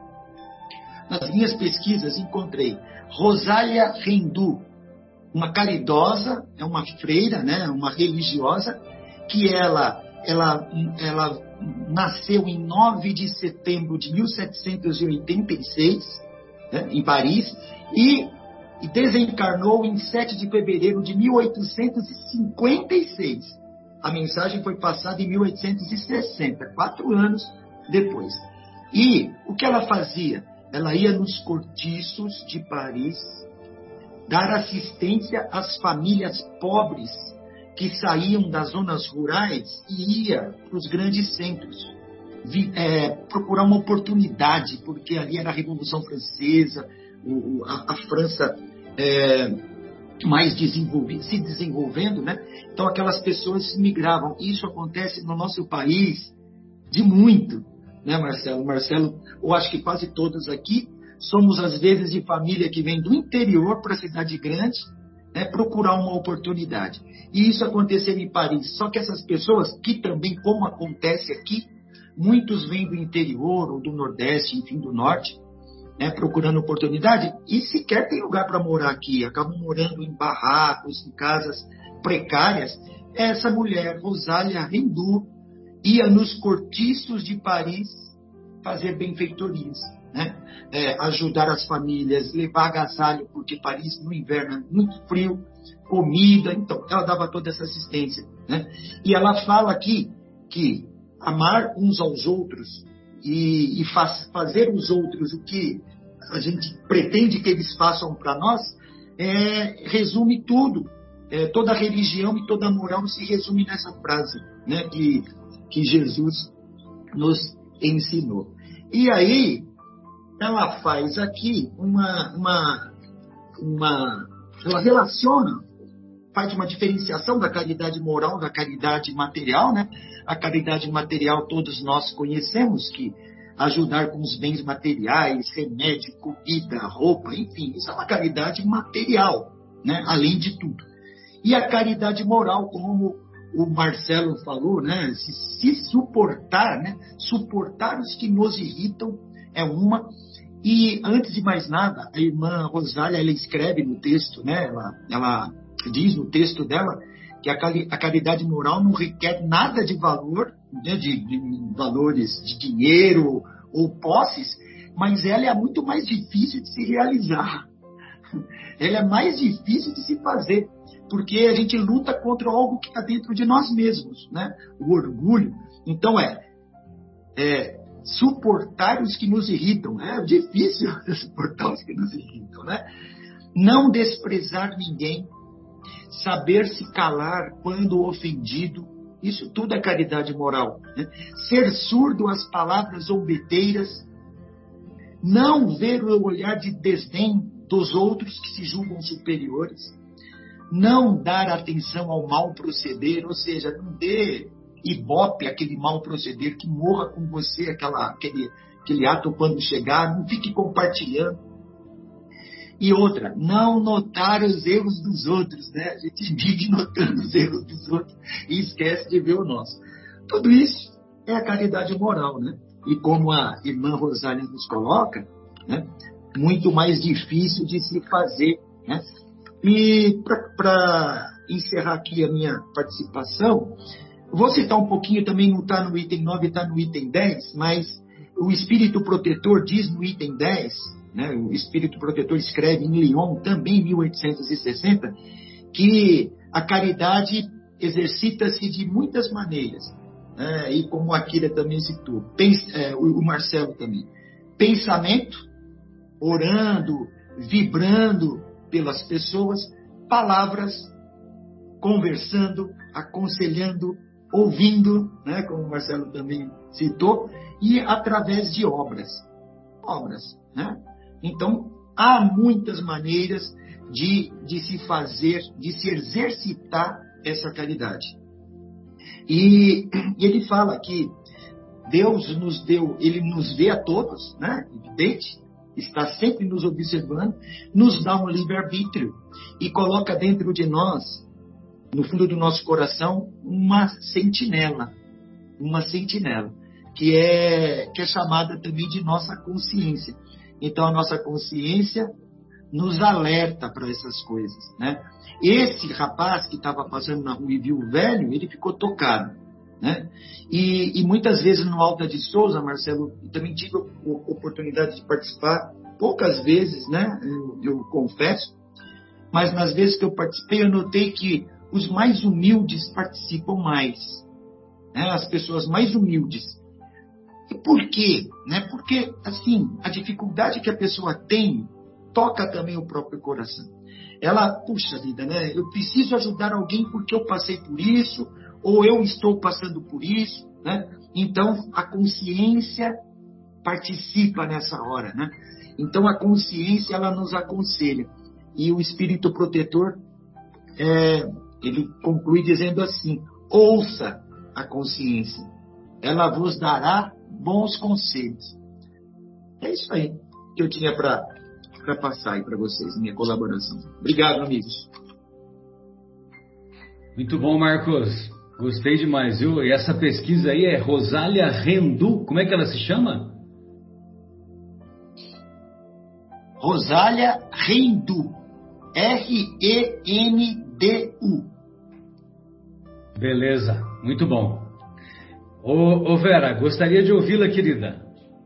Nas minhas pesquisas encontrei Rosália Rendu, uma caridosa, é uma freira, né? Uma religiosa, que ela, ela, ela nasceu em nove de setembro de mil setecentos e oitenta e seis, né? Em Paris, e e desencarnou em sete de fevereiro de mil oitocentos e cinquenta e seis. A mensagem foi passada em mil oitocentos e sessenta, quatro anos depois. E o que ela fazia? Ela ia nos cortiços de Paris dar assistência às famílias pobres que saíam das zonas rurais e ia para os grandes centros. Vi, é, procurar uma oportunidade, porque ali era a Revolução Francesa, o, a, a França é, mais desenvolvida, se desenvolvendo, né? Então aquelas pessoas migravam. Isso acontece no nosso país de muito, né, Marcelo? Marcelo, eu acho que quase todos aqui somos às vezes de família que vem do interior para a cidade grande, né, procurar uma oportunidade. E isso aconteceu em Paris. Só que essas pessoas, que também, como acontece aqui, muitos vêm do interior ou do Nordeste, enfim, do Norte, né, procurando oportunidade, e sequer tem lugar para morar aqui, acabam morando em barracos, em casas precárias. Essa mulher, Rosália Rendu, ia nos cortiços de Paris fazer benfeitorias, né? É, ajudar as famílias, levar agasalho, porque Paris no inverno é muito frio, comida, então ela dava toda essa assistência, né? E ela fala aqui que amar uns aos outros e, e faz, fazer os outros o que a gente pretende que eles façam para nós, é, resume tudo. É, toda a religião e toda a moral se resume nessa frase, né, que, que Jesus nos ensinou. E aí, ela faz aqui uma, uma, uma... Ela relaciona, faz uma diferenciação da caridade moral da caridade material, né? A caridade material todos nós conhecemos, que ajudar com os bens materiais, remédio, comida, roupa, enfim, isso é uma caridade material, né? Além de tudo. E a caridade moral, como o Marcelo falou, né? Se, se suportar, né? Suportar os que nos irritam é uma. E antes de mais nada, a irmã Rosália, ela escreve no texto, né? Ela, ela diz no texto dela que a, a caridade moral não requer nada de valor, né? de, de valores de dinheiro ou posses, mas ela é muito mais difícil de se realizar. Ela é mais difícil de se fazer, porque a gente luta contra algo que está dentro de nós mesmos, né? O orgulho. Então é, é suportar os que nos irritam. É difícil suportar os que nos irritam, né? Não desprezar ninguém, saber se calar quando ofendido, isso tudo é caridade moral, né? Ser surdo às palavras zombeteiras, não ver o olhar de desdém dos outros que se julgam superiores, não dar atenção ao mal proceder, ou seja, não dê ibope aquele mal proceder, que morra com você aquela, aquele, aquele ato quando chegar, não fique compartilhando. E outra, não notar os erros dos outros, né? A gente vive notando os erros dos outros e esquece de ver o nosso. Tudo isso é a caridade moral, né? E como a irmã Rosália nos coloca, né? Muito mais difícil de se fazer, né? E para encerrar aqui a minha participação, vou citar um pouquinho, também não está no item nove, está no item dez, mas o Espírito Protetor diz no item dez, né, o Espírito Protetor escreve em Lyon, também em mil oitocentos e sessenta, que a caridade exercita-se de muitas maneiras, né, e como a Akira também citou, pens, é, o Marcelo também, pensamento, orando, vibrando pelas pessoas, palavras, conversando, aconselhando, ouvindo, né, como o Marcelo também citou, e através de obras. Obras, né? Então, há muitas maneiras de, de se fazer, de se exercitar essa caridade. E, e ele fala que Deus nos deu, ele nos vê a todos, né? Evidente, está sempre nos observando, nos dá um livre-arbítrio e coloca dentro de nós, no fundo do nosso coração, uma sentinela, uma sentinela, que é, que é chamada também de nossa consciência. Então, a nossa consciência nos alerta para essas coisas, né? Esse rapaz que estava passando na rua e viu o velho, ele ficou tocado, né? E, e muitas vezes no Alta de Souza, Marcelo, eu também tive a oportunidade de participar, poucas vezes, né? Eu, eu confesso, mas nas vezes que eu participei, eu notei que os mais humildes participam mais, né? As pessoas mais humildes. E por quê? Né? Porque, assim, a dificuldade que a pessoa tem toca também o próprio coração. Ela, puxa vida, né? Eu preciso ajudar alguém porque eu passei por isso, ou eu estou passando por isso, né? Então, a consciência participa nessa hora, né? Então, a consciência, ela nos aconselha. E o Espírito Protetor, é, ele conclui dizendo assim: ouça a consciência, ela vos dará bons conselhos. É isso aí que eu tinha para para passar aí para vocês, minha colaboração. Obrigado, amigos. Muito bom, Marcos. Gostei demais, viu? E essa pesquisa aí é Rosália Rendu. Como é que ela se chama? Rosália Rendu. R E N D U. Beleza, muito bom. Ô, ô Vera, gostaria de ouvi-la, querida.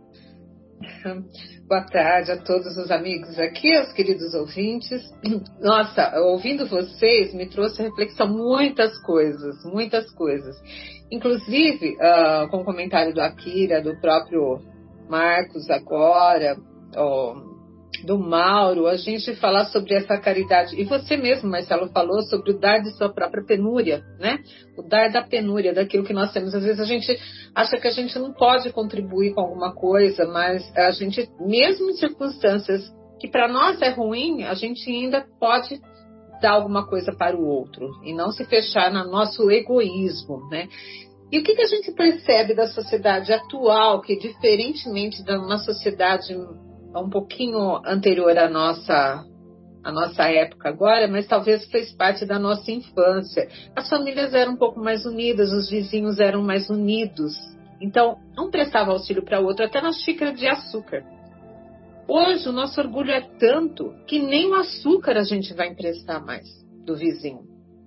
Boa tarde a todos os amigos aqui, aos queridos ouvintes. Nossa, ouvindo vocês me trouxe a reflexão muitas coisas, muitas coisas. Inclusive, uh, com o comentário do Akira, do próprio Marcos agora, oh, do Mauro, a gente falar sobre essa caridade. E você mesmo, Marcelo, falou sobre o dar de sua própria penúria, né? O dar da penúria, daquilo que nós temos. Às vezes a gente acha que a gente não pode contribuir com alguma coisa, mas a gente, mesmo em circunstâncias que para nós é ruim, a gente ainda pode dar alguma coisa para o outro e não se fechar no nosso egoísmo, né? E o que, que a gente percebe da sociedade atual, que diferentemente de uma sociedade um pouquinho anterior à nossa, à nossa época agora, mas talvez fez parte da nossa infância. As famílias eram um pouco mais unidas, os vizinhos eram mais unidos. Então, um prestava auxílio para o outro, até na xícara de açúcar. Hoje, o nosso orgulho é tanto que nem o açúcar a gente vai emprestar mais do vizinho.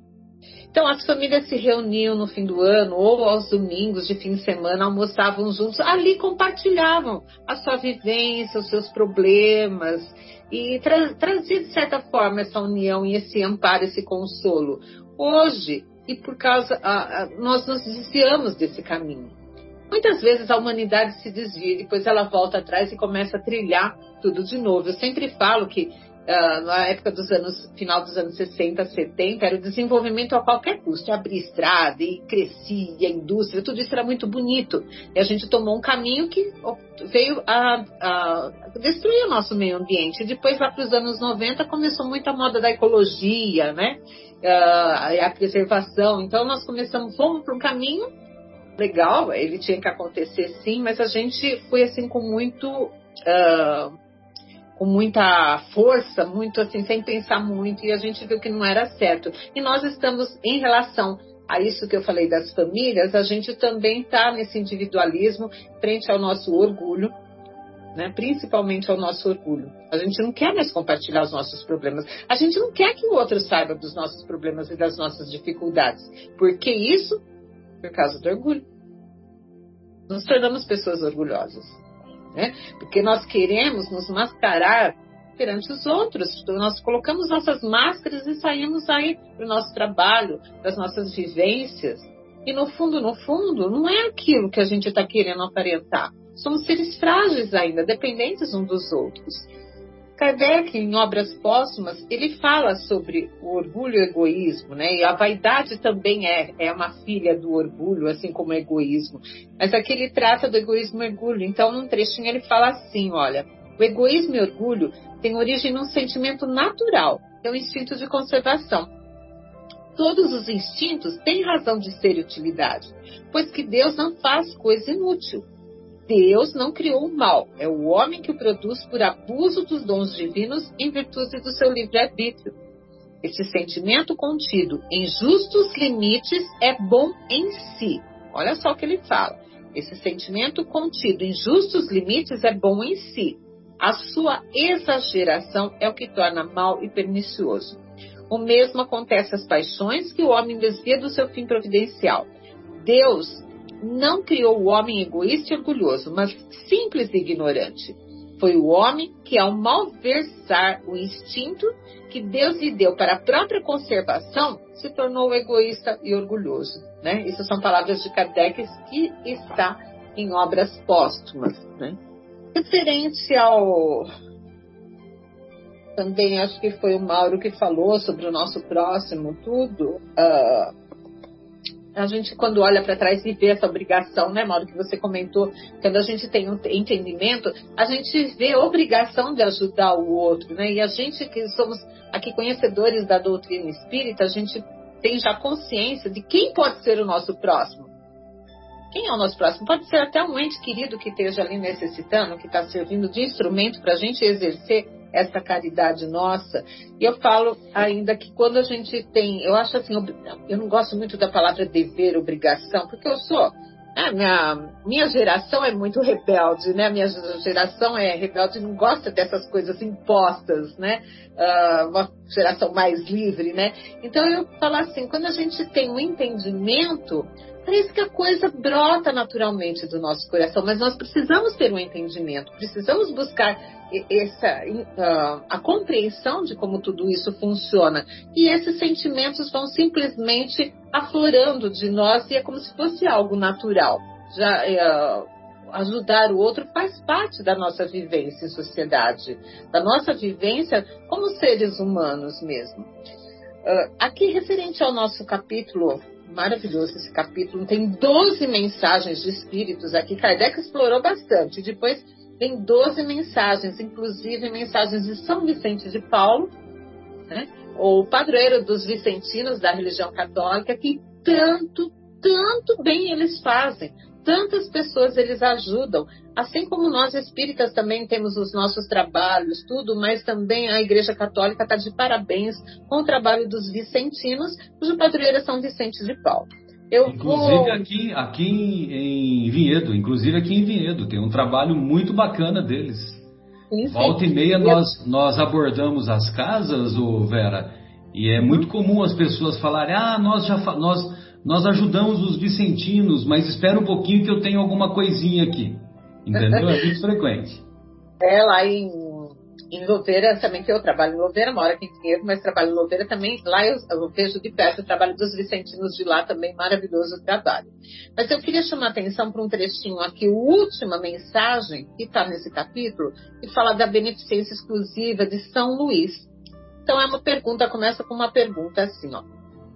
Então, as famílias se reuniam no fim do ano ou aos domingos de fim de semana, almoçavam juntos, ali compartilhavam a sua vivência, os seus problemas e tra- trazia, de certa forma, essa união e esse amparo, esse consolo. Hoje, e por causa, a, a, nós nos desviamos desse caminho. Muitas vezes a humanidade se desvia, depois ela volta atrás e começa a trilhar tudo de novo. Eu sempre falo que Uh, na época dos anos, final dos anos sessenta, setenta, era o desenvolvimento a qualquer custo, abrir estrada e crescia, a indústria, tudo isso era muito bonito. E a gente tomou um caminho que veio a, a destruir o nosso meio ambiente. E depois, lá para os anos noventa, começou muito a moda da ecologia, né? Uh, a preservação. Então, nós começamos, fomos para um caminho legal, ele tinha que acontecer sim, mas a gente foi assim com muito... Uh, com muita força, muito assim, sem pensar muito, e a gente viu que não era certo. E nós estamos, em relação a isso que eu falei das famílias, a gente também está nesse individualismo frente ao nosso orgulho, né? Principalmente ao nosso orgulho. A gente não quer mais compartilhar os nossos problemas. A gente não quer que o outro saiba dos nossos problemas e das nossas dificuldades. Por que isso? Por causa do orgulho. Nos tornamos pessoas orgulhosas. Né? Porque nós queremos nos mascarar perante os outros. Nós colocamos nossas máscaras e saímos aí para o nosso trabalho, para as nossas vivências. E no fundo, no fundo, não é aquilo que a gente está querendo aparentar. Somos seres frágeis ainda, dependentes uns dos outros. Kardec, em Obras Póstumas, ele fala sobre o orgulho e o egoísmo, né? E a vaidade também é, é uma filha do orgulho, assim como o egoísmo. Mas aqui ele trata do egoísmo e orgulho. Então, num trechinho, ele fala assim, olha, O egoísmo e orgulho têm origem num sentimento natural, que é o instinto de conservação. Todos os instintos têm razão de ser e utilidade, pois que Deus não faz coisa inútil. Deus não criou o mal, é o homem que o produz por abuso dos dons divinos em virtude do seu livre-arbítrio. Esse sentimento contido em justos limites é bom em si. Olha só o que ele fala. Esse sentimento contido em justos limites é bom em si. A sua exageração é o que torna mal e pernicioso. O mesmo acontece às paixões que o homem desvia do seu fim providencial. Deus não criou o homem egoísta e orgulhoso, mas simples e ignorante. Foi o homem que, ao malversar o instinto que Deus lhe deu para a própria conservação, se tornou egoísta e orgulhoso. Né? Isso são palavras de Kardec que está em obras póstumas. Né? Referente ao... Também acho que foi o Mauro que falou sobre o nosso próximo, tudo. Uh, a gente, quando olha para trás e vê essa obrigação, né, Mauro, que você comentou, quando a gente tem um entendimento, a gente vê a obrigação de ajudar o outro, né? E a gente que somos aqui conhecedores da doutrina espírita, a gente tem já consciência de quem pode ser o nosso próximo. Quem é o nosso próximo? Pode ser até um ente querido que esteja ali necessitando, que está servindo de instrumento para a gente exercer essa caridade nossa. E eu falo ainda que quando a gente tem, eu acho assim, eu não gosto muito da palavra dever, obrigação, porque eu sou, a minha, minha geração é muito rebelde, né? A minha geração é rebelde e não gosta dessas coisas impostas, né? Uh, uma geração mais livre, né? Então eu falo assim, quando a gente tem um entendimento, parece que a coisa brota naturalmente do nosso coração, mas nós precisamos ter um entendimento, precisamos buscar essa, uh, a compreensão de como tudo isso funciona. E esses sentimentos vão simplesmente aflorando de nós e é como se fosse algo natural. Já, uh, ajudar o outro faz parte da nossa vivência em sociedade, da nossa vivência como seres humanos mesmo. Uh, aqui, referente ao nosso capítulo, maravilhoso esse capítulo, tem doze mensagens de espíritos aqui, Kardec explorou bastante, depois tem doze mensagens, inclusive mensagens de São Vicente de Paulo, né, o padroeiro dos vicentinos da religião católica, que tanto, tanto bem eles fazem, tantas pessoas eles ajudam, assim como nós espíritas também temos os nossos trabalhos, tudo, mas também a Igreja Católica está de parabéns com o trabalho dos vicentinos, cujo padroeiro é São Vicente de Paulo. Eu inclusive vou... aqui, aqui em Vinhedo, inclusive aqui em Vinhedo, tem um trabalho muito bacana deles. Sim, Volta sim. e meia nós, nós abordamos as casas, ô Vera, e é muito comum as pessoas falarem, ah, nós já fa- nós, nós ajudamos os vicentinos, mas espera um pouquinho que eu tenho alguma coisinha aqui. Entendeu? É muito frequente. É, lá em, em Louveira também, que eu trabalho em Louveira, moro aqui em Pinheiro, mas trabalho em Louveira também. Lá eu, eu vejo de perto o trabalho dos vicentinos de lá também, maravilhoso o trabalho. Mas eu queria chamar a atenção para um trechinho aqui, a última mensagem que está nesse capítulo, que fala da beneficência exclusiva de São Luís. Então é uma pergunta, começa com uma pergunta assim, ó.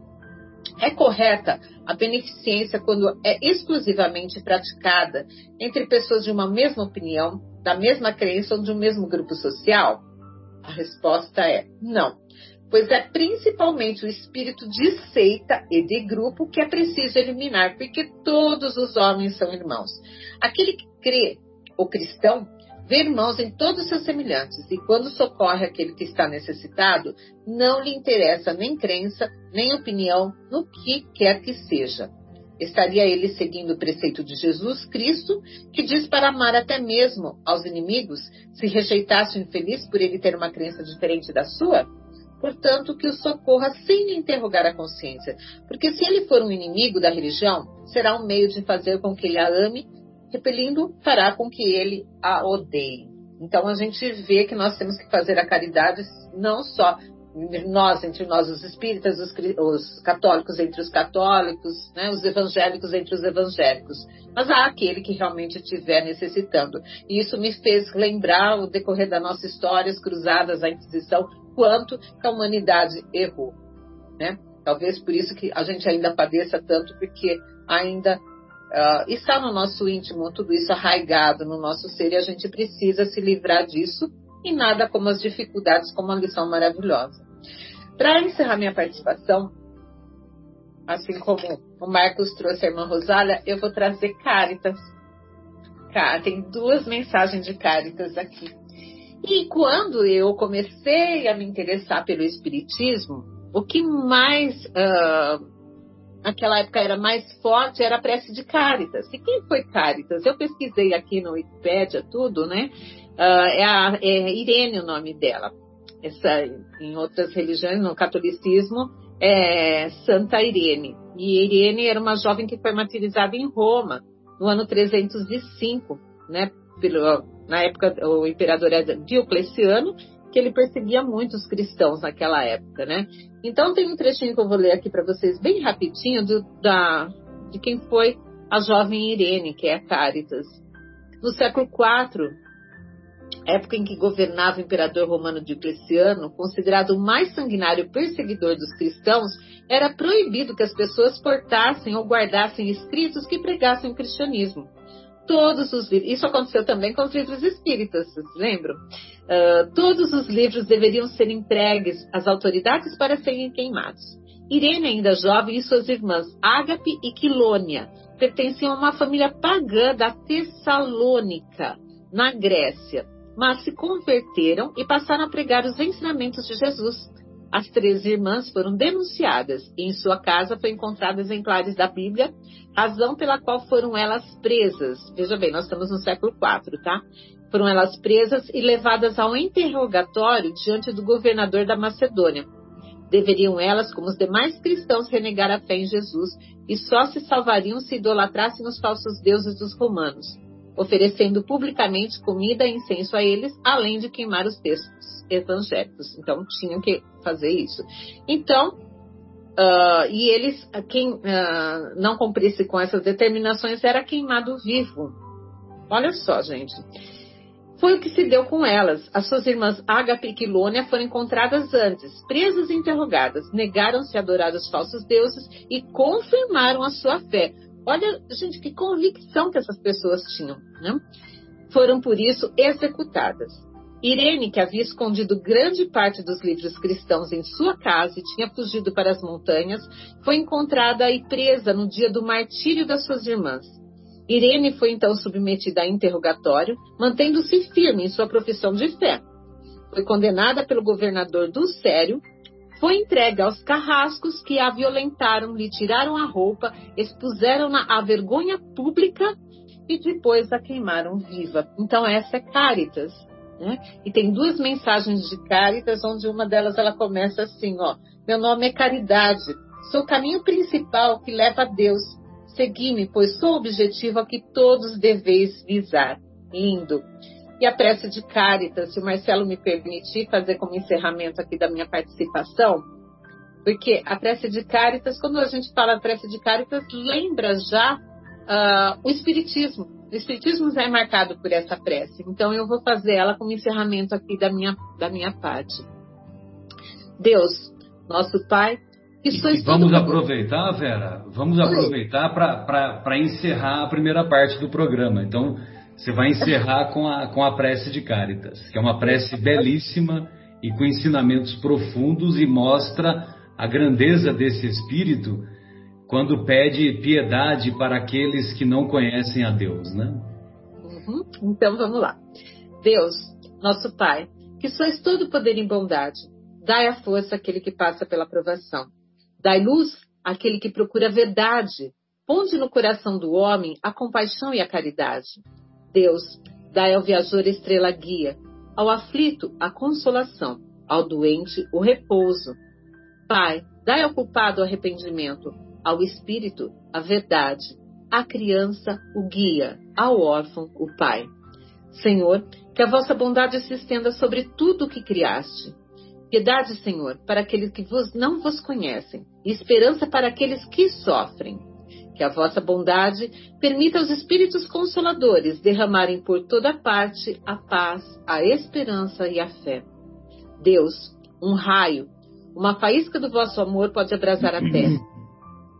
É correta a beneficência quando é exclusivamente praticada entre pessoas de uma mesma opinião, da mesma crença ou de um mesmo grupo social? A resposta é não, pois é principalmente o espírito de seita e de grupo que é preciso eliminar, porque todos os homens são irmãos. Aquele que crê, o cristão, vê irmãos em todos os seus semelhantes, e quando socorre aquele que está necessitado, não lhe interessa nem crença, nem opinião, no que quer que seja. Estaria ele seguindo o preceito de Jesus Cristo, que diz para amar até mesmo aos inimigos, se rejeitasse o infeliz por ele ter uma crença diferente da sua? Portanto, que o socorra sem lhe interrogar a consciência, porque se ele for um inimigo da religião, será um meio de fazer com que ele a ame, repelindo, fará com que ele a odeie. Então a gente vê que nós temos que fazer a caridade não só nós, entre nós os espíritas, os, os católicos entre os católicos, né, os evangélicos entre os evangélicos, mas há aquele que realmente estiver necessitando. E isso me fez lembrar o decorrer da nossa história, as cruzadas, a Inquisição, quanto que a humanidade errou, né? Talvez por isso que a gente ainda padeça tanto, porque ainda uh, está no nosso íntimo, tudo isso arraigado no nosso ser, e a gente precisa se livrar disso, e nada como as dificuldades, como uma lição maravilhosa. Para encerrar minha participação, assim como o Marcos trouxe a irmã Rosália, eu vou trazer Cáritas. Tem duas mensagens de Cáritas aqui. E quando eu comecei a me interessar pelo Espiritismo, o que mais, uh, naquela época era mais forte, era a prece de Cáritas. E quem foi Cáritas? Eu pesquisei aqui no Wikipédia tudo, né? Uh, é, a, é Irene o nome dela. Essa, em outras religiões, no catolicismo, é Santa Irene. E Irene era uma jovem que foi martirizada em Roma, no ano trezentos e cinco, né? Pelo, na época, o imperador era Diocleciano, que ele perseguia muito os cristãos naquela época, né? Então tem um trechinho que eu vou ler aqui para vocês bem rapidinho do, da, de quem foi a jovem Irene, que é a Cáritas. No século quatro, época em que governava o imperador romano Diocleciano, considerado o mais sanguinário perseguidor dos cristãos, era proibido que as pessoas portassem ou guardassem escritos que pregassem o cristianismo. Todos os livros, isso aconteceu também com os livros espíritas, vocês lembram? Uh, todos os livros deveriam ser entregues às autoridades para serem queimados. Irene, ainda jovem, e suas irmãs Ágape e Quilônia pertenciam a uma família pagã da Tessalônica, na Grécia, mas se converteram e passaram a pregar os ensinamentos de Jesus. As três irmãs foram denunciadas e em sua casa foi encontrado exemplares da Bíblia, razão pela qual foram elas presas. Veja bem, nós estamos no século quatro, tá? Foram elas presas e levadas ao interrogatório diante do governador da Macedônia. Deveriam elas, como os demais cristãos, renegar a fé em Jesus e só se salvariam se idolatrassem os falsos deuses dos romanos, oferecendo publicamente comida e incenso a eles, além de queimar os textos evangélicos. Então, tinham que fazer isso. Então, uh, e eles, quem uh, não cumprisse com essas determinações era queimado vivo. Olha só, gente. Foi o que se deu com elas. As suas irmãs Ágape e Quilônia foram encontradas antes, presas e interrogadas, negaram-se a adorar os falsos deuses e confirmaram a sua fé. Olha, gente, que convicção que essas pessoas tinham, né? Foram, por isso, executadas. Irene, que havia escondido grande parte dos livros cristãos em sua casa e tinha fugido para as montanhas, foi encontrada e presa no dia do martírio das suas irmãs. Irene foi então submetida a interrogatório, mantendo-se firme em sua profissão de fé. Foi condenada pelo governador do Sério, foi entregue aos carrascos que a violentaram, lhe tiraram a roupa, expuseram-na à vergonha pública e depois a queimaram viva. Então essa é Cáritas, né? E tem duas mensagens de Cáritas, onde uma delas ela começa assim, ó: meu nome é Caridade, sou o caminho principal que leva a Deus. Segui-me, pois sou o objetivo a que todos deveis visar. Lindo. E a prece de Cáritas, se o Marcelo me permitir fazer como encerramento aqui da minha participação, porque a prece de Cáritas, quando a gente fala a prece de Cáritas, lembra já uh, o Espiritismo. O Espiritismo já é marcado por essa prece. Então eu vou fazer ela como encerramento aqui da minha, da minha parte. Deus, nosso Pai, que sois e vamos todo... aproveitar, Vera, vamos aproveitar para encerrar a primeira parte do programa. Então, você vai encerrar com a, com a prece de Cáritas, que é uma prece belíssima e com ensinamentos profundos e mostra a grandeza desse Espírito quando pede piedade para aqueles que não conhecem a Deus, né? Uhum. Então, vamos lá. Deus, nosso Pai, que sois todo poder e bondade, dai a força àquele que passa pela provação. Dai luz àquele que procura a verdade. Ponde no coração do homem a compaixão e a caridade. Deus, dai ao viajor estrela guia, ao aflito a consolação, ao doente o repouso. Pai, dai ao culpado o arrependimento, ao espírito a verdade, à criança o guia, ao órfão o pai. Senhor, que a vossa bondade se estenda sobre tudo o que criaste. Piedade, Senhor, para aqueles que vos não vos conhecem, e esperança para aqueles que sofrem. Que a vossa bondade permita aos Espíritos Consoladores derramarem por toda parte a paz, a esperança e a fé. Deus, um raio, uma faísca do vosso amor pode abrasar a terra.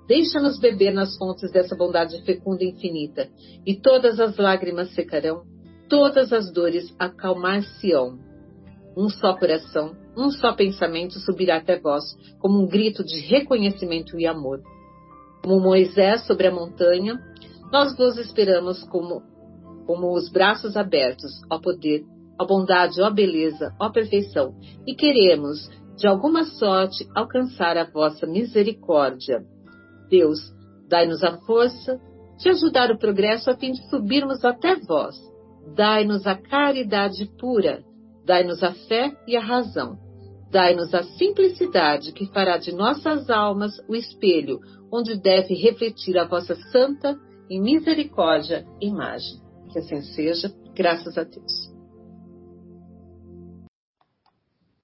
Deixa-nos beber nas fontes dessa bondade fecunda e infinita, e todas as lágrimas secarão, todas as dores acalmar-se-ão. Um só coração, um só pensamento subirá até vós, como um grito de reconhecimento e amor. Como Moisés sobre a montanha, nós vos esperamos como, como os braços abertos, ó poder, ó bondade, ó beleza, ó perfeição, e queremos, de alguma sorte, alcançar a vossa misericórdia. Deus, dai-nos a força de ajudar o progresso a fim de subirmos até vós. Dai-nos a caridade pura, dai-nos a fé e a razão. Dai-nos a simplicidade que fará de nossas almas o espelho onde deve refletir a vossa santa e misericórdia imagem. Que assim seja, graças a Deus.